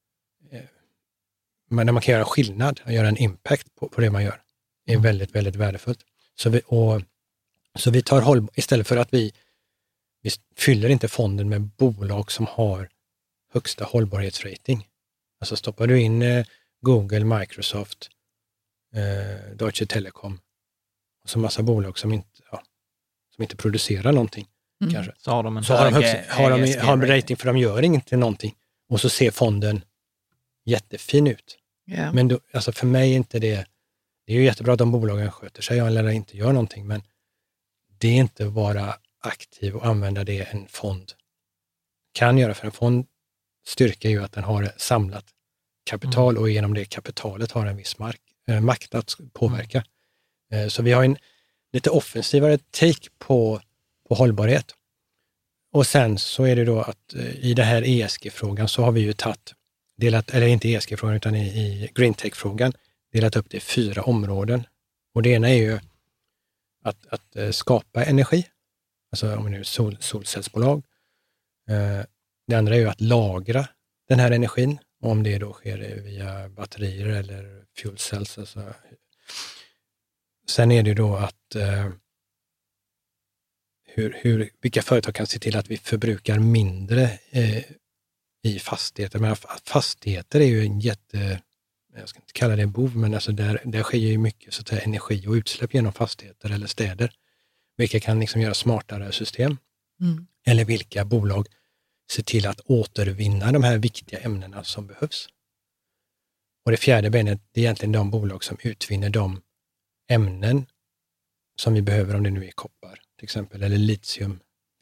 när man kan göra skillnad och göra en impact på det man gör, är väldigt, väldigt värdefullt. Så vi tar istället för att vi fyller inte fonden med bolag som har högsta hållbarhetsrating. Alltså stoppar du in Google, Microsoft, Deutsche Telekom, och så massa bolag som inte producerar någonting, kanske.
Så har de
en rating, för de gör inte någonting. Och så ser fonden jättefin ut. Yeah. Men då, alltså för mig är inte det är ju jättebra att de bolagen sköter sig eller inte gör någonting, men det är inte vara aktiv och använda det en fond kan göra. För en fond styrka är ju att den har samlat kapital och genom det kapitalet har en viss makt att påverka. Så vi har en lite offensivare take på hållbarhet. Och sen så är det då att i det här ESG-frågan så har vi ju inte ESG-frågan utan i Green Tech-frågan delat upp det i 4 områden. Och det ena är ju att skapa energi, alltså om vi nu är solcellsbolag. Det andra är ju att lagra den här energin, om det då sker via batterier eller fuel cells. Alltså. Sen är det då att vilka företag kan se till att vi förbrukar mindre i fastigheter. Men fastigheter är ju en jag ska inte kalla det en bov, men alltså där sker ju mycket så att säga, energi och utsläpp genom fastigheter eller städer. Vilka kan liksom göra smartare system. Eller vilka bolag ser till att återvinna de här viktiga ämnena som behövs. Och det fjärde benet, det är egentligen de bolag som utvinner de ämnen som vi behöver, om det nu är koppar till exempel, eller litium.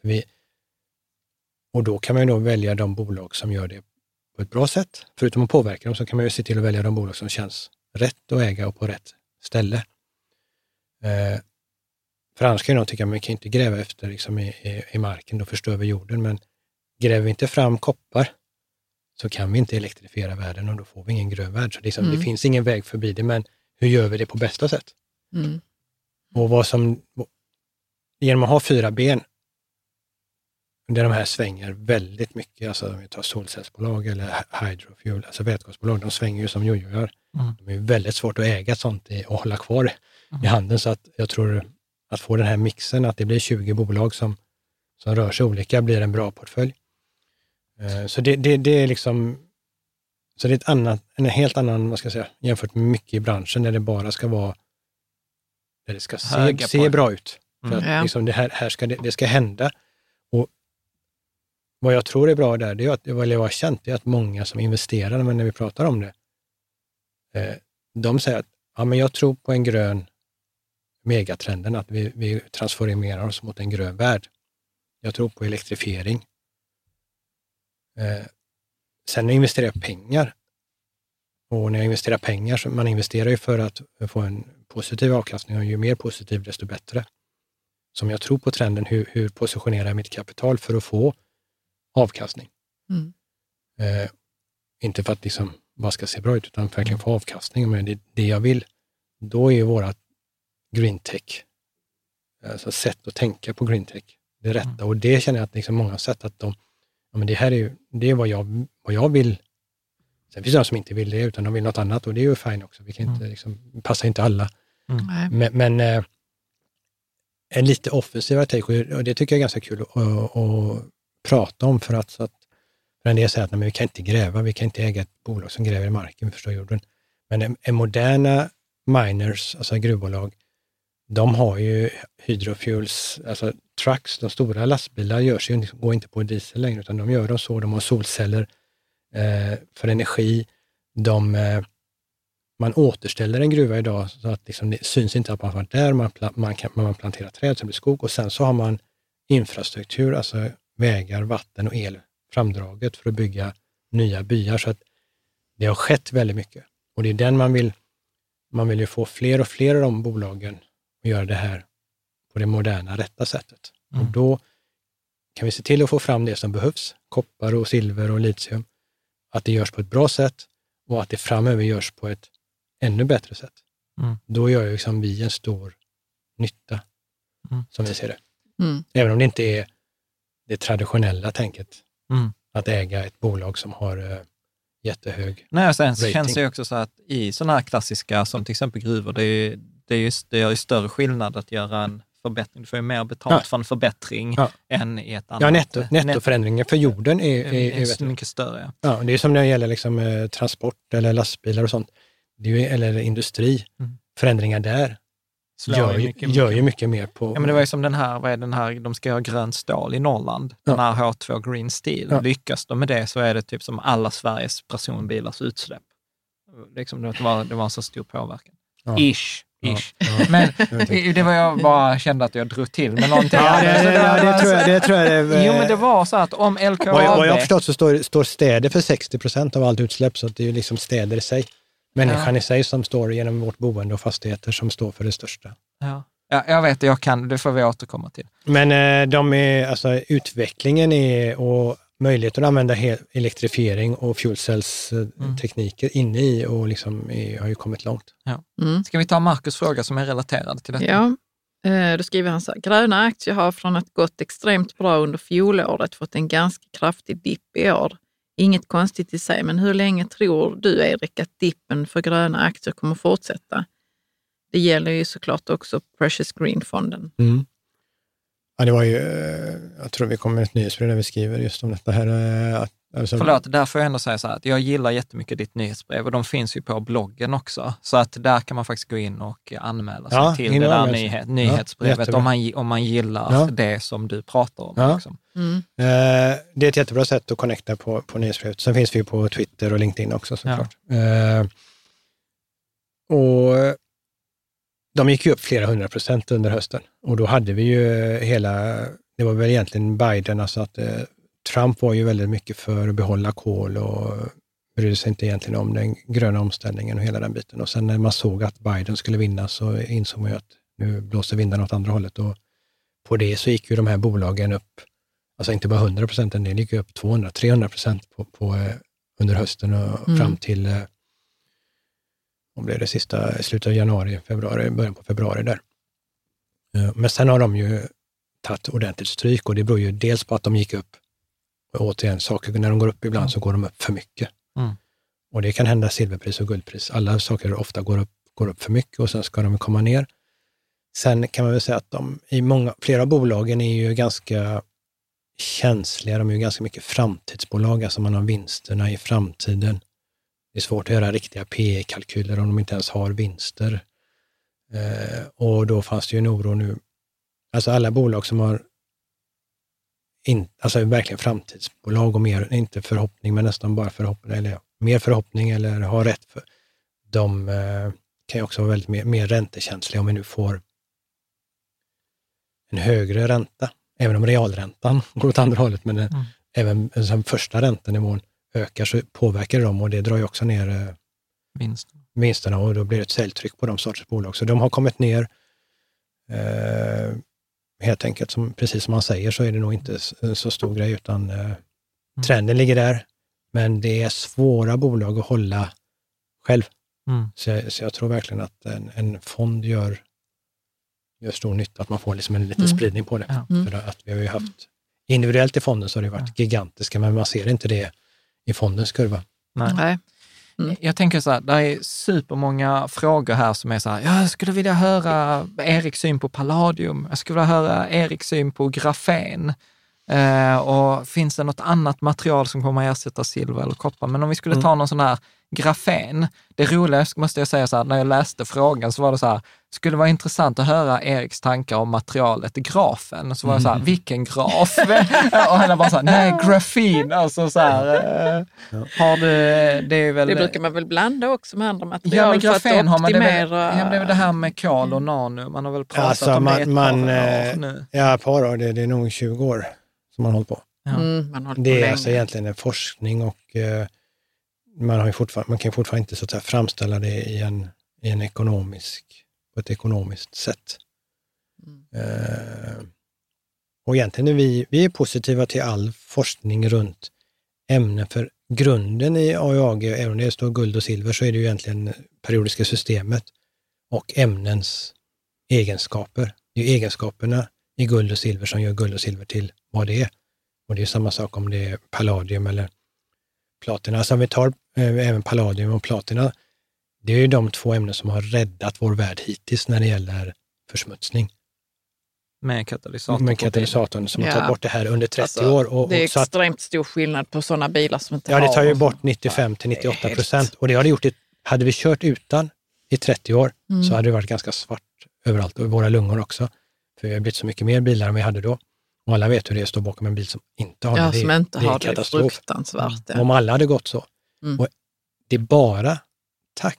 Och då kan man ju då välja de bolag som gör det på ett bra sätt. Förutom att påverka dem så kan man ju se till att välja de bolag som känns rätt att äga och på rätt ställe. För annars kan jag tycka att man kan inte gräva efter liksom i marken, då förstör vi jorden. Men gräver vi inte fram koppar så kan vi inte elektrifiera världen och då får vi ingen grön värld. Så liksom, det finns ingen väg förbi det, men hur gör vi det på bästa sätt? Och genom att ha 4 ben där de här svänger väldigt mycket, alltså om vi tar solcellsbolag eller hydrofuel, alltså vätgasbolag, de svänger ju som jojoar. De är väldigt svårt att äga sånt och hålla kvar i handen, så att jag tror att få den här mixen, att det blir 20 bolag som rör sig olika, blir en bra portfölj. Så det är liksom, så det är en helt annan, vad ska jag säga, jämfört med mycket i branschen där det bara ska vara, där det ska se bra ut. För att liksom det ska hända. Och vad jag tror är bra där, det är att, vad jag har känt, det är att många som investerar, men när vi pratar om det, de säger att men jag tror på en grön megatrenden, att vi transformerar oss mot en grön värld. Jag tror på elektrifiering. Sen investerar jag pengar. Och när jag investerar pengar, så man investerar ju för att få en positiv avkastning, och ju mer positiv desto bättre. Som jag tror på trenden, hur positionerar jag mitt kapital för att få avkastning. Inte för att liksom bara ska se bra ut, utan för att verkligen få avkastning. Men det jag vill, då är vårat green tech, alltså sätt att tänka på green tech, det rätta. Och det känner jag att liksom många har sett att men det är vad jag vill. Sen finns det de som inte vill det, utan de vill något annat, och det är ju fine också. Vi kan inte liksom, passar inte alla. Men en lite offensivare take, och det tycker jag är ganska kul att prata om, för en del säger att vi kan inte gräva, vi kan inte äga ett bolag som gräver i marken, vi förstår jorden. Men en moderna miners, alltså gruvbolag, de har ju hydrofuels, alltså trucks, de stora lastbilar går inte på diesel längre, utan de gör dem så, de har solceller för energi. Man återställer en gruva idag så att liksom, det syns inte att man varit där, man planterar träd så det blir skog, och sen så har man infrastruktur, alltså vägar, vatten och el framdraget för att bygga nya byar, så att det har skett väldigt mycket. Och det är den man vill ju få fler och fler av de bolagen att göra det här på det moderna, rätta sättet. Och då kan vi se till att få fram det som behövs, koppar och silver och litium, att det görs på ett bra sätt och att det framöver görs på ett ännu bättre sätt. Då gör ju liksom vi en stor nytta, som vi ser det. Även om det inte är det traditionella tänket att äga ett bolag som har jättehög
Nej, sen
rating.
Känns det också så att i sådana här klassiska, som till exempel gruvor, det gör ju större skillnad att göra en förbättring. Du får ju mer betalt för en förbättring än i ett annat.
Ja, nettoförändringen för jorden är
mycket större.
Ja, det är som när det gäller liksom, transport eller lastbilar och sånt. Det är ju, eller industri. Förändringar där gör ju mycket mer på...
Ja, men det var ju som den här, de ska ha grönt stål i Norrland. Den här H2 Green Steel. Ja. Lyckas de med det, så är det typ som alla Sveriges personbilars utsläpp. Liksom det var en så stor påverkan. Ja. Ish. Ish. Ja. Men det var jag bara kände att jag drog till med någonting.
Det tror jag.
Jo, men det var så att om LKAB...
Vad jag har förstått så står städer för 60% av allt utsläpp, så att det är ju liksom städer i sig. Människan i sig som står genom vårt boende och fastigheter som står för det största.
Ja, jag vet, det får vi återkomma till.
Men utvecklingen och möjligheten att använda elektrifiering och fuelcellstekniker inne i och liksom har ju kommit långt.
Ja. Ska vi ta Marcus fråga som är relaterad till detta?
Ja, då skriver han så här: gröna aktier har från att gått extremt bra under fjolåret fått en ganska kraftig dipp i år. Inget konstigt i sig, men hur länge tror du, Erik, att dippen för gröna aktier kommer fortsätta? Det gäller ju såklart också Precious Green-fonden.
Ja, det var ju, jag tror vi kommer ett nyhetsbrev där vi skriver just om detta här.
Förlåt, där får jag ändå säga så här att jag gillar jättemycket ditt nyhetsbrev och de finns ju på bloggen också. Så att där kan man faktiskt gå in och anmäla sig till det där nyhetsbrevet om man gillar det som du pratar om.
Ja.
Liksom.
Det är ett jättebra sätt att connecta på nyhetsbrevet. Sen finns vi på Twitter och LinkedIn också såklart. Och de gick ju upp flera 100% under hösten. Och då hade vi ju det var väl egentligen Biden, alltså att Trump var ju väldigt mycket för att behålla kol och brydde sig inte egentligen om den gröna omställningen och hela den biten. Och sen när man såg att Biden skulle vinna så insåg man ju att nu blåser vinden åt andra hållet. Och på det så gick ju de här bolagen upp, alltså inte bara 100%, det gick ju upp 200-300% på under hösten och fram till om blev det slutet av januari, februari, början på februari där. Men sen har de ju tagit ordentligt stryk och det beror ju dels på att de gick upp. Och återigen, saker när de går upp ibland så går de upp för mycket. Och det kan hända silverpris och guldpris. Alla saker ofta går upp för mycket och sen ska de komma ner. Sen kan man väl säga att flera av bolagen är ju ganska känsliga. De är ju ganska mycket framtidsbolag, alltså man har vinsterna i framtiden. Det är svårt att göra riktiga PE-kalkyler om de inte ens har vinster. Och då fanns det ju en oro nu. Alltså alla bolag som har alltså verkligen framtidsbolag och mer, inte förhoppning, men nästan bara förhoppning, eller mer förhoppning eller har rätt för. De kan ju också vara väldigt mer räntekänsliga om vi nu får en högre ränta. Även om realräntan går åt andra hållet, men även som första räntenivån ökar så påverkar dem och det drar ju också ner vinsterna och då blir det ett säljtryck på de sorters bolag. Så de har kommit ner helt enkelt, precis som man säger så är det nog inte en så stor grej utan trenden ligger där. Men det är svåra bolag att hålla själv. Så jag tror verkligen att en fond gör stor nytta, att man får liksom en liten spridning på det. För att vi har ju haft individuellt i fonden så har det varit gigantiska, men man ser inte det i fondens kurva.
Nej. Jag tänker så här, det är supermånga frågor här som är så här, jag skulle vilja höra Eriks syn på palladium, jag skulle vilja höra Eriks syn på grafen. Och finns det något annat material som kommer att ersätta silver eller koppar? Men om vi skulle ta någon sån här grafen, det roliga måste jag säga så här, när jag läste frågan så var det så här, skulle vara intressant att höra Eriks tankar om materialet grafen. Så var det så här, vilken graf? Och han bara så här, nej, grafin, alltså så här, har du, det är väl...
Det brukar man väl blanda också med andra material.
Ja, men grafen har man det väl,
det är
väl det här med kol och nano, man har väl pratat om det ett par år nu.
Ja, ett par år, det är nog 20 år som man håller på.
Man håller på
det är
länge.
alltså egentligen en forskning och man kan fortfarande inte så att säga framställa det i en på ett ekonomiskt sätt. Och egentligen är vi är positiva till all forskning runt ämnen, för grunden i AIAG, även om det står guld och silver, så är det ju egentligen periodiska systemet och ämnens egenskaper. Det är egenskaperna i guld och silver som gör guld och silver till vad det är. Och det är samma sak om det är palladium eller platina. Alltså om vi tar även palladium och platina, det är ju de två ämnen som har räddat vår värld hittills när det gäller försmutsning.
Med katalysatorn
som har tagit bort det här under 30 år.
Det är extremt stor skillnad på sådana bilar som inte har...
Ja, det tar ju bort 95-98%. Och det har det gjort, hade vi kört utan i 30 år så hade det varit ganska svart överallt och i våra lungor också. För vi har blivit så mycket mer bilar än vi hade då. Och alla vet hur det är att stå bakom en bil som inte har det.
Som inte har det,
katastrof.
fruktansvärt.
Om alla hade gått så. Och det är bara tack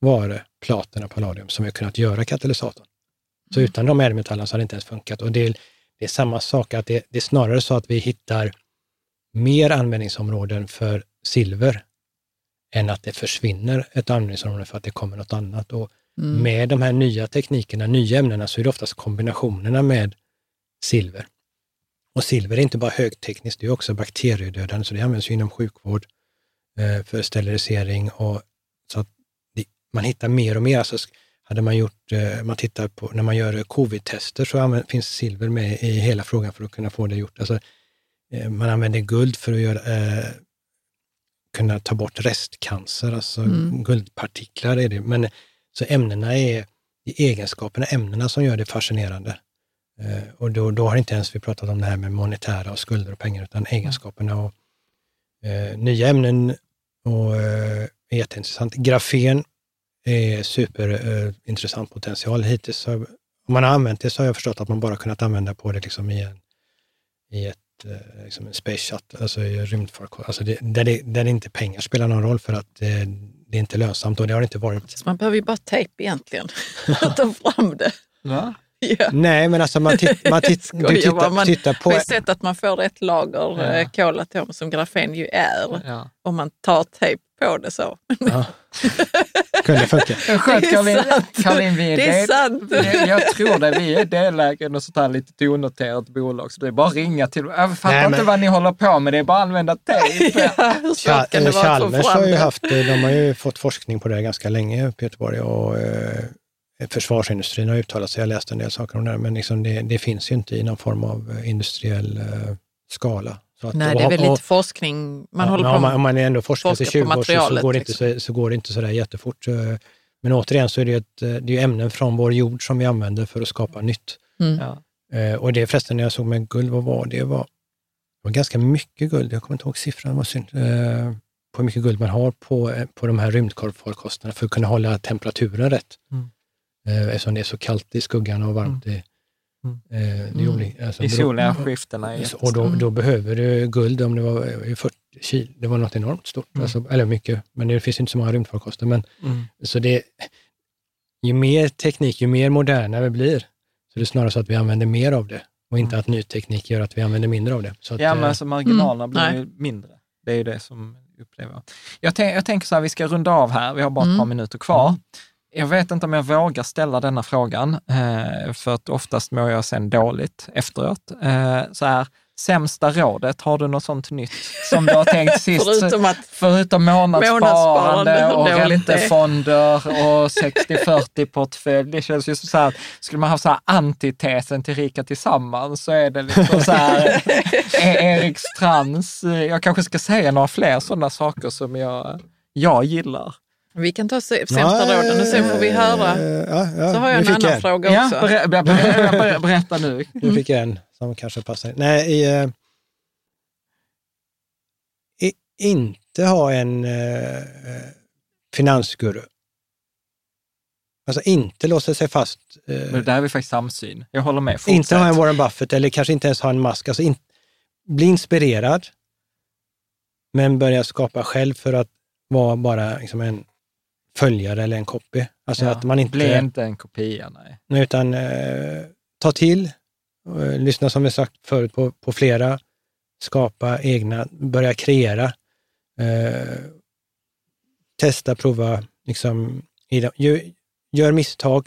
var det platina palladium som vi har kunnat göra katalysatorn. Så utan de ädelmetallerna så hade det inte ens funkat. Och det är samma sak, att det är snarare så att vi hittar mer användningsområden för silver än att det försvinner ett användningsområde för att det kommer något annat. Och med de här nya teknikerna, nya ämnena, så är det oftast kombinationerna med silver. Och silver är inte bara högtekniskt, det är också bakteriedödande, så det används ju inom sjukvård för sterilisering. Och så att man hittar mer och mer. Alltså hade man gjort, man tittar på, när man gör covid-tester så finns silver med i hela frågan för att kunna få det gjort. Alltså, man använder guld för att kunna ta bort restcancer, alltså guldpartiklar är det. Men så ämnena är egenskaperna, ämnena som gör det fascinerande. Och då har inte ens vi pratat om det här med monetära och skulder och pengar, utan egenskaperna och nya ämnen och är jätteintressant. Grafen är superintressant potential. Hittills så, om man har använt det så har jag förstått att man bara kunnat använda på det liksom i ett liksom en space shuttle, alltså i rymdfarkost, alltså där det inte pengar spelar någon roll för att det är inte lönsamt, och det har inte varit.
Så man behöver ju bara tejp egentligen att ta fram det.
Va? Ja. Nej, men alltså man tittar på...
Man har sett att man får ett lager kolatom som grafen ju är, om man tar tejp på det så.
Ja. Kunde funka.
Caroline,
det är sant.
Jag tror det, vi är delägare och sånt här lite onoterat bolag, så det är bara ringa till. Jag fattar inte vad ni håller på med, det är bara att använda tejp.
Chalmers har ju haft, de har ju fått forskning på det ganska länge uppe i Göteborg, och försvarsindustrin har uttalat sig, jag läste en del saker om det, men liksom det finns ju inte i någon form av industriell skala. Så att,
nej, det är väl lite forskning. Man håller på
om man är ändå forskare till 20 år så går det inte så där jättefort. Men återigen så är det är ju ämnen från vår jord som vi använder för att skapa nytt. Och det förresten, när jag såg med guld, vad var det? Det var ganska mycket guld. Jag kommer inte ihåg siffran, var synd. På hur mycket guld man har på de här rymdfarkosterna för att kunna hålla temperaturen rätt. Eftersom det är så kallt i skuggan och varmt i
soliga skiftena.
Och då behöver du guld, om det var 40 kilo. Det var något enormt stort. Alltså, eller mycket, men det finns inte så många rymdfarkoster. Men, så ju mer teknik, ju mer moderna vi blir, så det är snarare så att vi använder mer av det. Och inte att ny teknik gör att vi använder mindre av det. Så att,
men alltså marginalerna blir ju mindre. Det är ju det som upplever. Jag tänker så här, vi ska runda av här. Vi har bara ett par minuter kvar. Jag vet inte om jag vågar ställa denna frågan, för att oftast mår jag sen dåligt efteråt. Så här, sämsta rådet, har du något sånt nytt som du har tänkt sist? Förutom månadssparande och räntefonder och 60-40 portfölj. Det känns ju så här, skulle man ha så här antitesen till Rika Tillsammans, så är det liksom så här Erik Strands. Jag kanske ska säga några fler sådana saker som jag gillar.
Vi kan ta sämsta råden och sen får vi höra. Så har jag en annan fråga också.
Berätta nu.
Nu fick jag en som kanske passar. Nej, inte ha en finansguru. Alltså inte låsa sig fast.
Men där är vi faktiskt samsyn. Jag håller med.
Fortsätt. Inte ha en Warren Buffett, eller kanske inte ens ha en Musk. Alltså bli inspirerad, men börja skapa själv för att vara bara liksom en följare eller en copy. Alltså att man inte...
Blir inte en kopia, nej.
Utan ta till, lyssna som vi sagt förut på flera, skapa egna, börja kreera, testa, prova, liksom, gör misstag.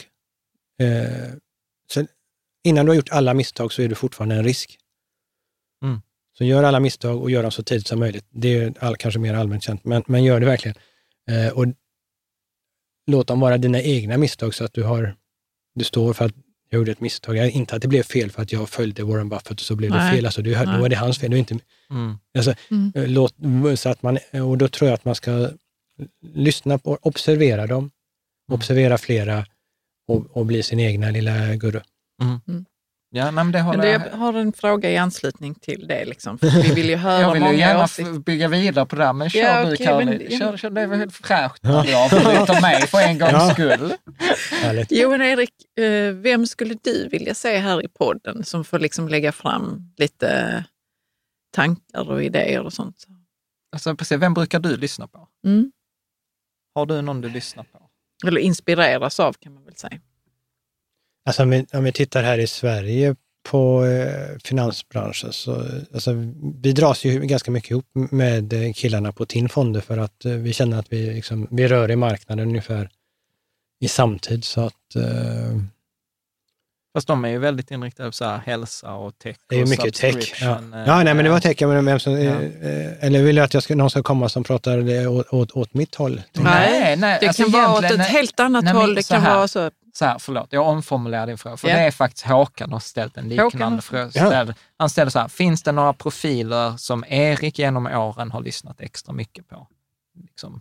Så innan du har gjort alla misstag så är du fortfarande en risk. Så gör alla misstag och gör dem så tidigt som möjligt. Det är kanske mer allmänt känt, men gör det verkligen. Och låt dem vara dina egna misstag, så att du står för att jag gjorde ett misstag. Inte att det blev fel för att jag följde Warren Buffett och så blev det fel. Alltså, då är det hans fel. Du inte, alltså, så att man, och då tror jag att man ska lyssna på, observera dem, observera flera och bli sin egna lilla guru.
Ja, men det håller
jag har en fråga i anslutning till det. Liksom. Vi vill ju höra.
Jag vill ju gärna bygga vidare på det, men kör du, Caroline. Kör, det är väl helt fräscht. Jag får mig för en gångs skull.
Jo, men Erik, vem skulle du vilja se här i podden som får liksom lägga fram lite tankar och idéer och sånt?
Alltså, precis, vem brukar du lyssna på? Har du någon du lyssnar på?
Eller inspireras av, kan man väl säga.
Alltså om vi tittar här i Sverige på finansbranschen, så alltså, vi dras ju ganska mycket ihop med killarna på TIN Fonder, för att vi känner att vi rör i marknaden ungefär i samtid, så att...
Fast de är ju väldigt inriktade på så här hälsa och tech.
Det är ju mycket tech. Ja, nej, men det var tech. Eller vill jag att någon ska komma som pratar åt mitt håll?
Nej, det alltså kan vara åt ett helt annat håll. Det kan vara så.
Så här, förlåt, jag omformulerar din fråga. För det är faktiskt Håkan har ställt en liknande fråga. Han ställer så här, finns det några profiler som Erik genom åren har lyssnat extra mycket på? Liksom.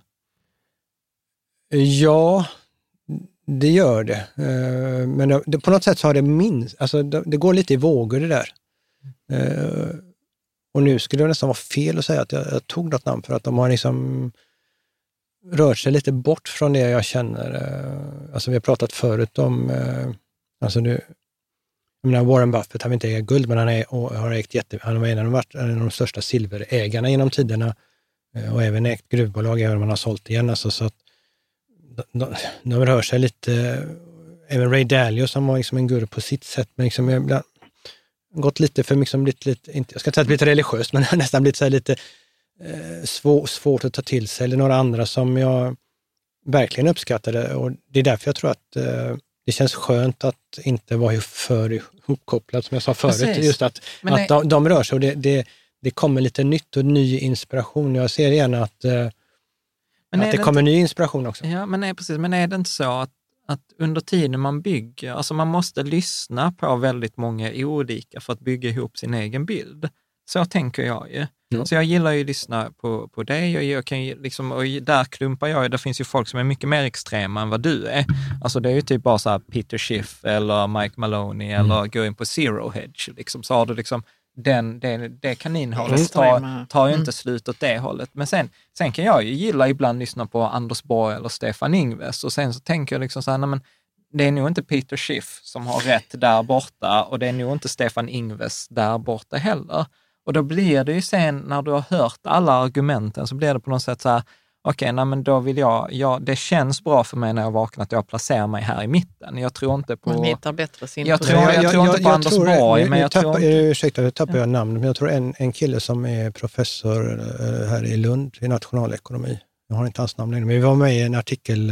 Ja, det gör det. Men på något sätt så har det alltså det går lite i vågor det där. Och nu skulle det nästan vara fel att säga att jag tog något namn, för att de har liksom rört sig lite bort från det jag känner. Alltså vi har pratat förut om, alltså nu, jag menar Warren Buffett har inte ägt guld, men har ägt han var en av de största silverägarna genom tiderna, och även ägt gruvbolag, även om man har sålt igen. Alltså, så att de rör sig lite, även Ray Dalio som var liksom en guru på sitt sätt, men liksom jag gått lite för liksom blivit lite, inte, jag ska inte säga att blivit religiöst, men nästan blivit så här lite svårt att ta till sig, eller några andra som jag verkligen uppskattade, och det är därför jag tror att det känns skönt att inte vara för ihopkopplad, som jag sa förut. Precis. Just att de rör sig, och det kommer lite nytt och ny inspiration. Jag ser gärna att det kommer ny inspiration också.
Ja, men precis. Men är det inte så att under tiden man bygger, alltså man måste lyssna på väldigt många olika för att bygga ihop sin egen bild? Så tänker jag ju. Så jag gillar ju att lyssna på dig, och jag kan ju liksom, och där klumpar jag, det finns ju folk som är mycket mer extrema än vad du är. Alltså det är ju typ bara så här Peter Schiff eller Mike Maloney eller gå in på Zero Hedge liksom, så har du liksom det kaninhållet tar ju inte slut åt det hållet. Men sen kan jag ju gilla ibland lyssna på Anders Borg eller Stefan Ingves, och sen så tänker jag liksom så här, nej, men det är nog inte Peter Schiff som har rätt där borta, och det är nog inte Stefan Ingves där borta heller. Och då blir det ju sen, när du har hört alla argumenten, så blir det på något sätt så här, okej, men då vill det känns bra för mig när jag vaknar att jag placerar mig här i mitten. Jag tror inte på...
Man hittar bättre sin
jag tror inte på Anders Borg, men jag tror inte...
Ursäkta, jag tappar jag namn, men jag tror en kille som är professor här i Lund i nationalekonomi. Jag har inte hans namn längre, men vi var med i en artikel,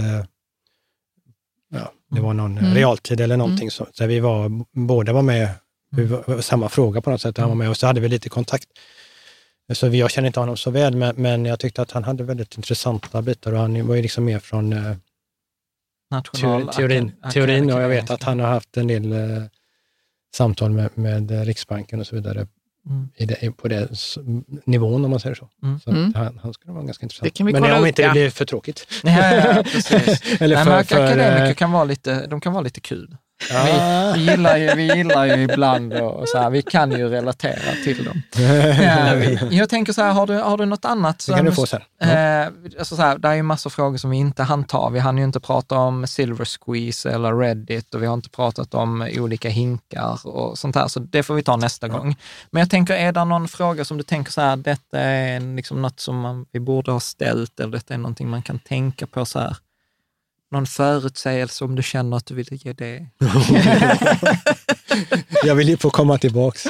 det var någon realtid eller någonting, så vi båda var med. Samma fråga på något sätt, han var med, och så hade vi lite kontakt. Så jag känner inte honom så väl, men jag tyckte att han hade väldigt intressanta bitar, och han var ju liksom mer från teorin, och jag vet att han har haft en del samtal med Riksbanken och så vidare på det nivån, om man säger så. Så att han skulle vara ganska intressant. Men om inte det blir för tråkigt.
Ja, precis. Eller akademiker kan vara lite kul. Vi gillar ju ibland, och så här, vi kan ju relatera till dem. Jag tänker så här, har du något annat?
Det kan du få sen.
Alltså så här, det är ju massor av frågor som vi inte hann ta. Vi hann ju inte prata om Silver Squeeze eller Reddit, och vi har inte pratat om olika hinkar och sånt här, så det får vi ta nästa gång. Men jag tänker, är det någon fråga som du tänker så här, detta är liksom något som vi borde ha ställt, eller detta är någonting man kan tänka på så här? Någon förutsägelse om du känner att du vill ge det?
Jag vill ju få komma tillbaka.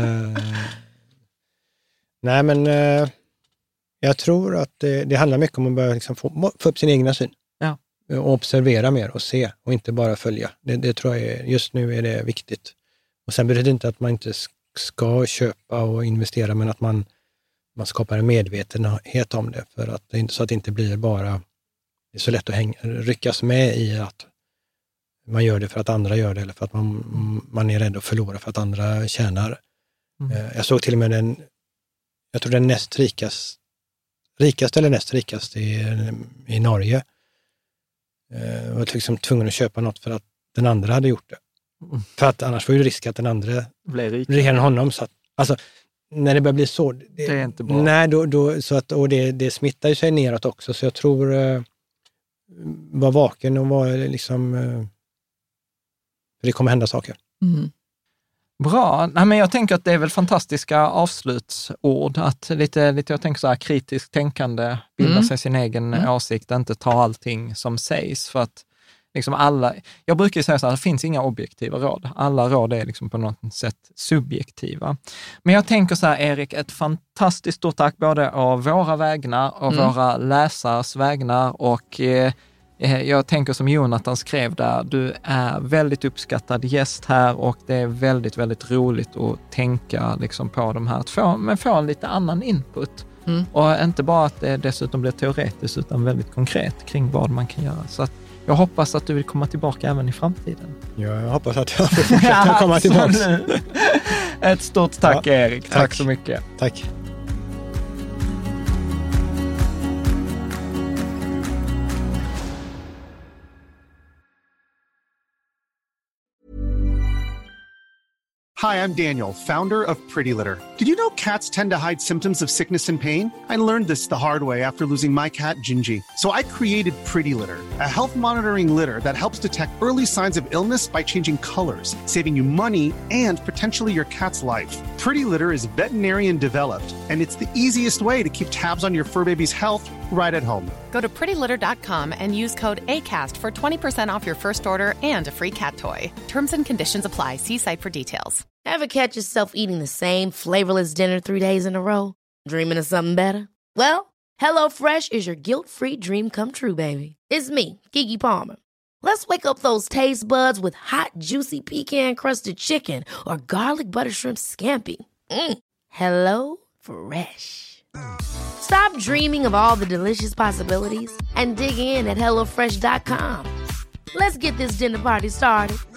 Nej, men jag tror att det handlar mycket om att börja liksom få upp sin egna syn.
Ja.
Och observera mer och se, och inte bara följa. Det tror jag just nu är det viktigt. Och sen betyder det inte att man inte ska köpa och investera, men att man skapar en medvetenhet om det, för att, så att det inte blir bara... Det är så lätt att ryckas med i att man gör det för att andra gör det, eller för att man är rädd att förlora för att andra tjänar. Jag såg till och med jag tror den rikaste eller näst rikaste i Norge. Jag var liksom tvungen att köpa något för att den andra hade gjort det. För att annars var ju risk att den andra
blev
rikare än honom. Så att, alltså, när det börjar bli så...
Det är inte bra.
Nej, då, så att, och det smittar ju sig neråt också, så jag tror... var vaken och var liksom... För det kommer hända saker.
Bra. Nej, men jag tänker att det är väl fantastiska avslutsord. Att lite jag tänker så här kritiskt tänkande, bilda sig sin egen åsikt, inte ta allting som sägs. För att liksom jag brukar säga så här, det finns inga objektiva råd. Alla råd är liksom på något sätt subjektiva. Men jag tänker så här, Erik, ett fantastiskt stort tack både av våra vägnar och våra läsares vägnar och jag tänker som Jonathan skrev där, du är väldigt uppskattad gäst här och det är väldigt, väldigt roligt att tänka liksom på de här, men få en lite annan input. Och inte bara att det dessutom blir teoretiskt utan väldigt konkret kring vad man kan göra. Så att jag hoppas att du vill komma tillbaka även i framtiden.
Ja, jag hoppas att jag får fortsätta komma tillbaka.
Ett stort tack Erik, tack så mycket.
Tack.
Hi, I'm Daniel, founder of Pretty Litter. Did you know cats tend to hide symptoms of sickness and pain? I learned this the hard way after losing my cat, Gingy. So I created Pretty Litter, a health monitoring litter that helps detect early signs of illness by changing colors, saving you money and potentially your cat's life. Pretty Litter is veterinarian developed, and it's the easiest way to keep tabs on your fur baby's health right at home.
Go to prettylitter.com and use code ACAST for 20% off your first order and a free cat toy. Terms and conditions apply. See site for details.
Ever catch yourself eating the same flavorless dinner 3 days in a row? Dreaming of something better? Well, HelloFresh is your guilt-free dream come true, baby. It's me, Keke Palmer. Let's wake up those taste buds with hot, juicy pecan-crusted chicken or garlic butter shrimp scampi. Hello Fresh. Stop dreaming of all the delicious possibilities and dig in at HelloFresh.com. Let's get this dinner party started.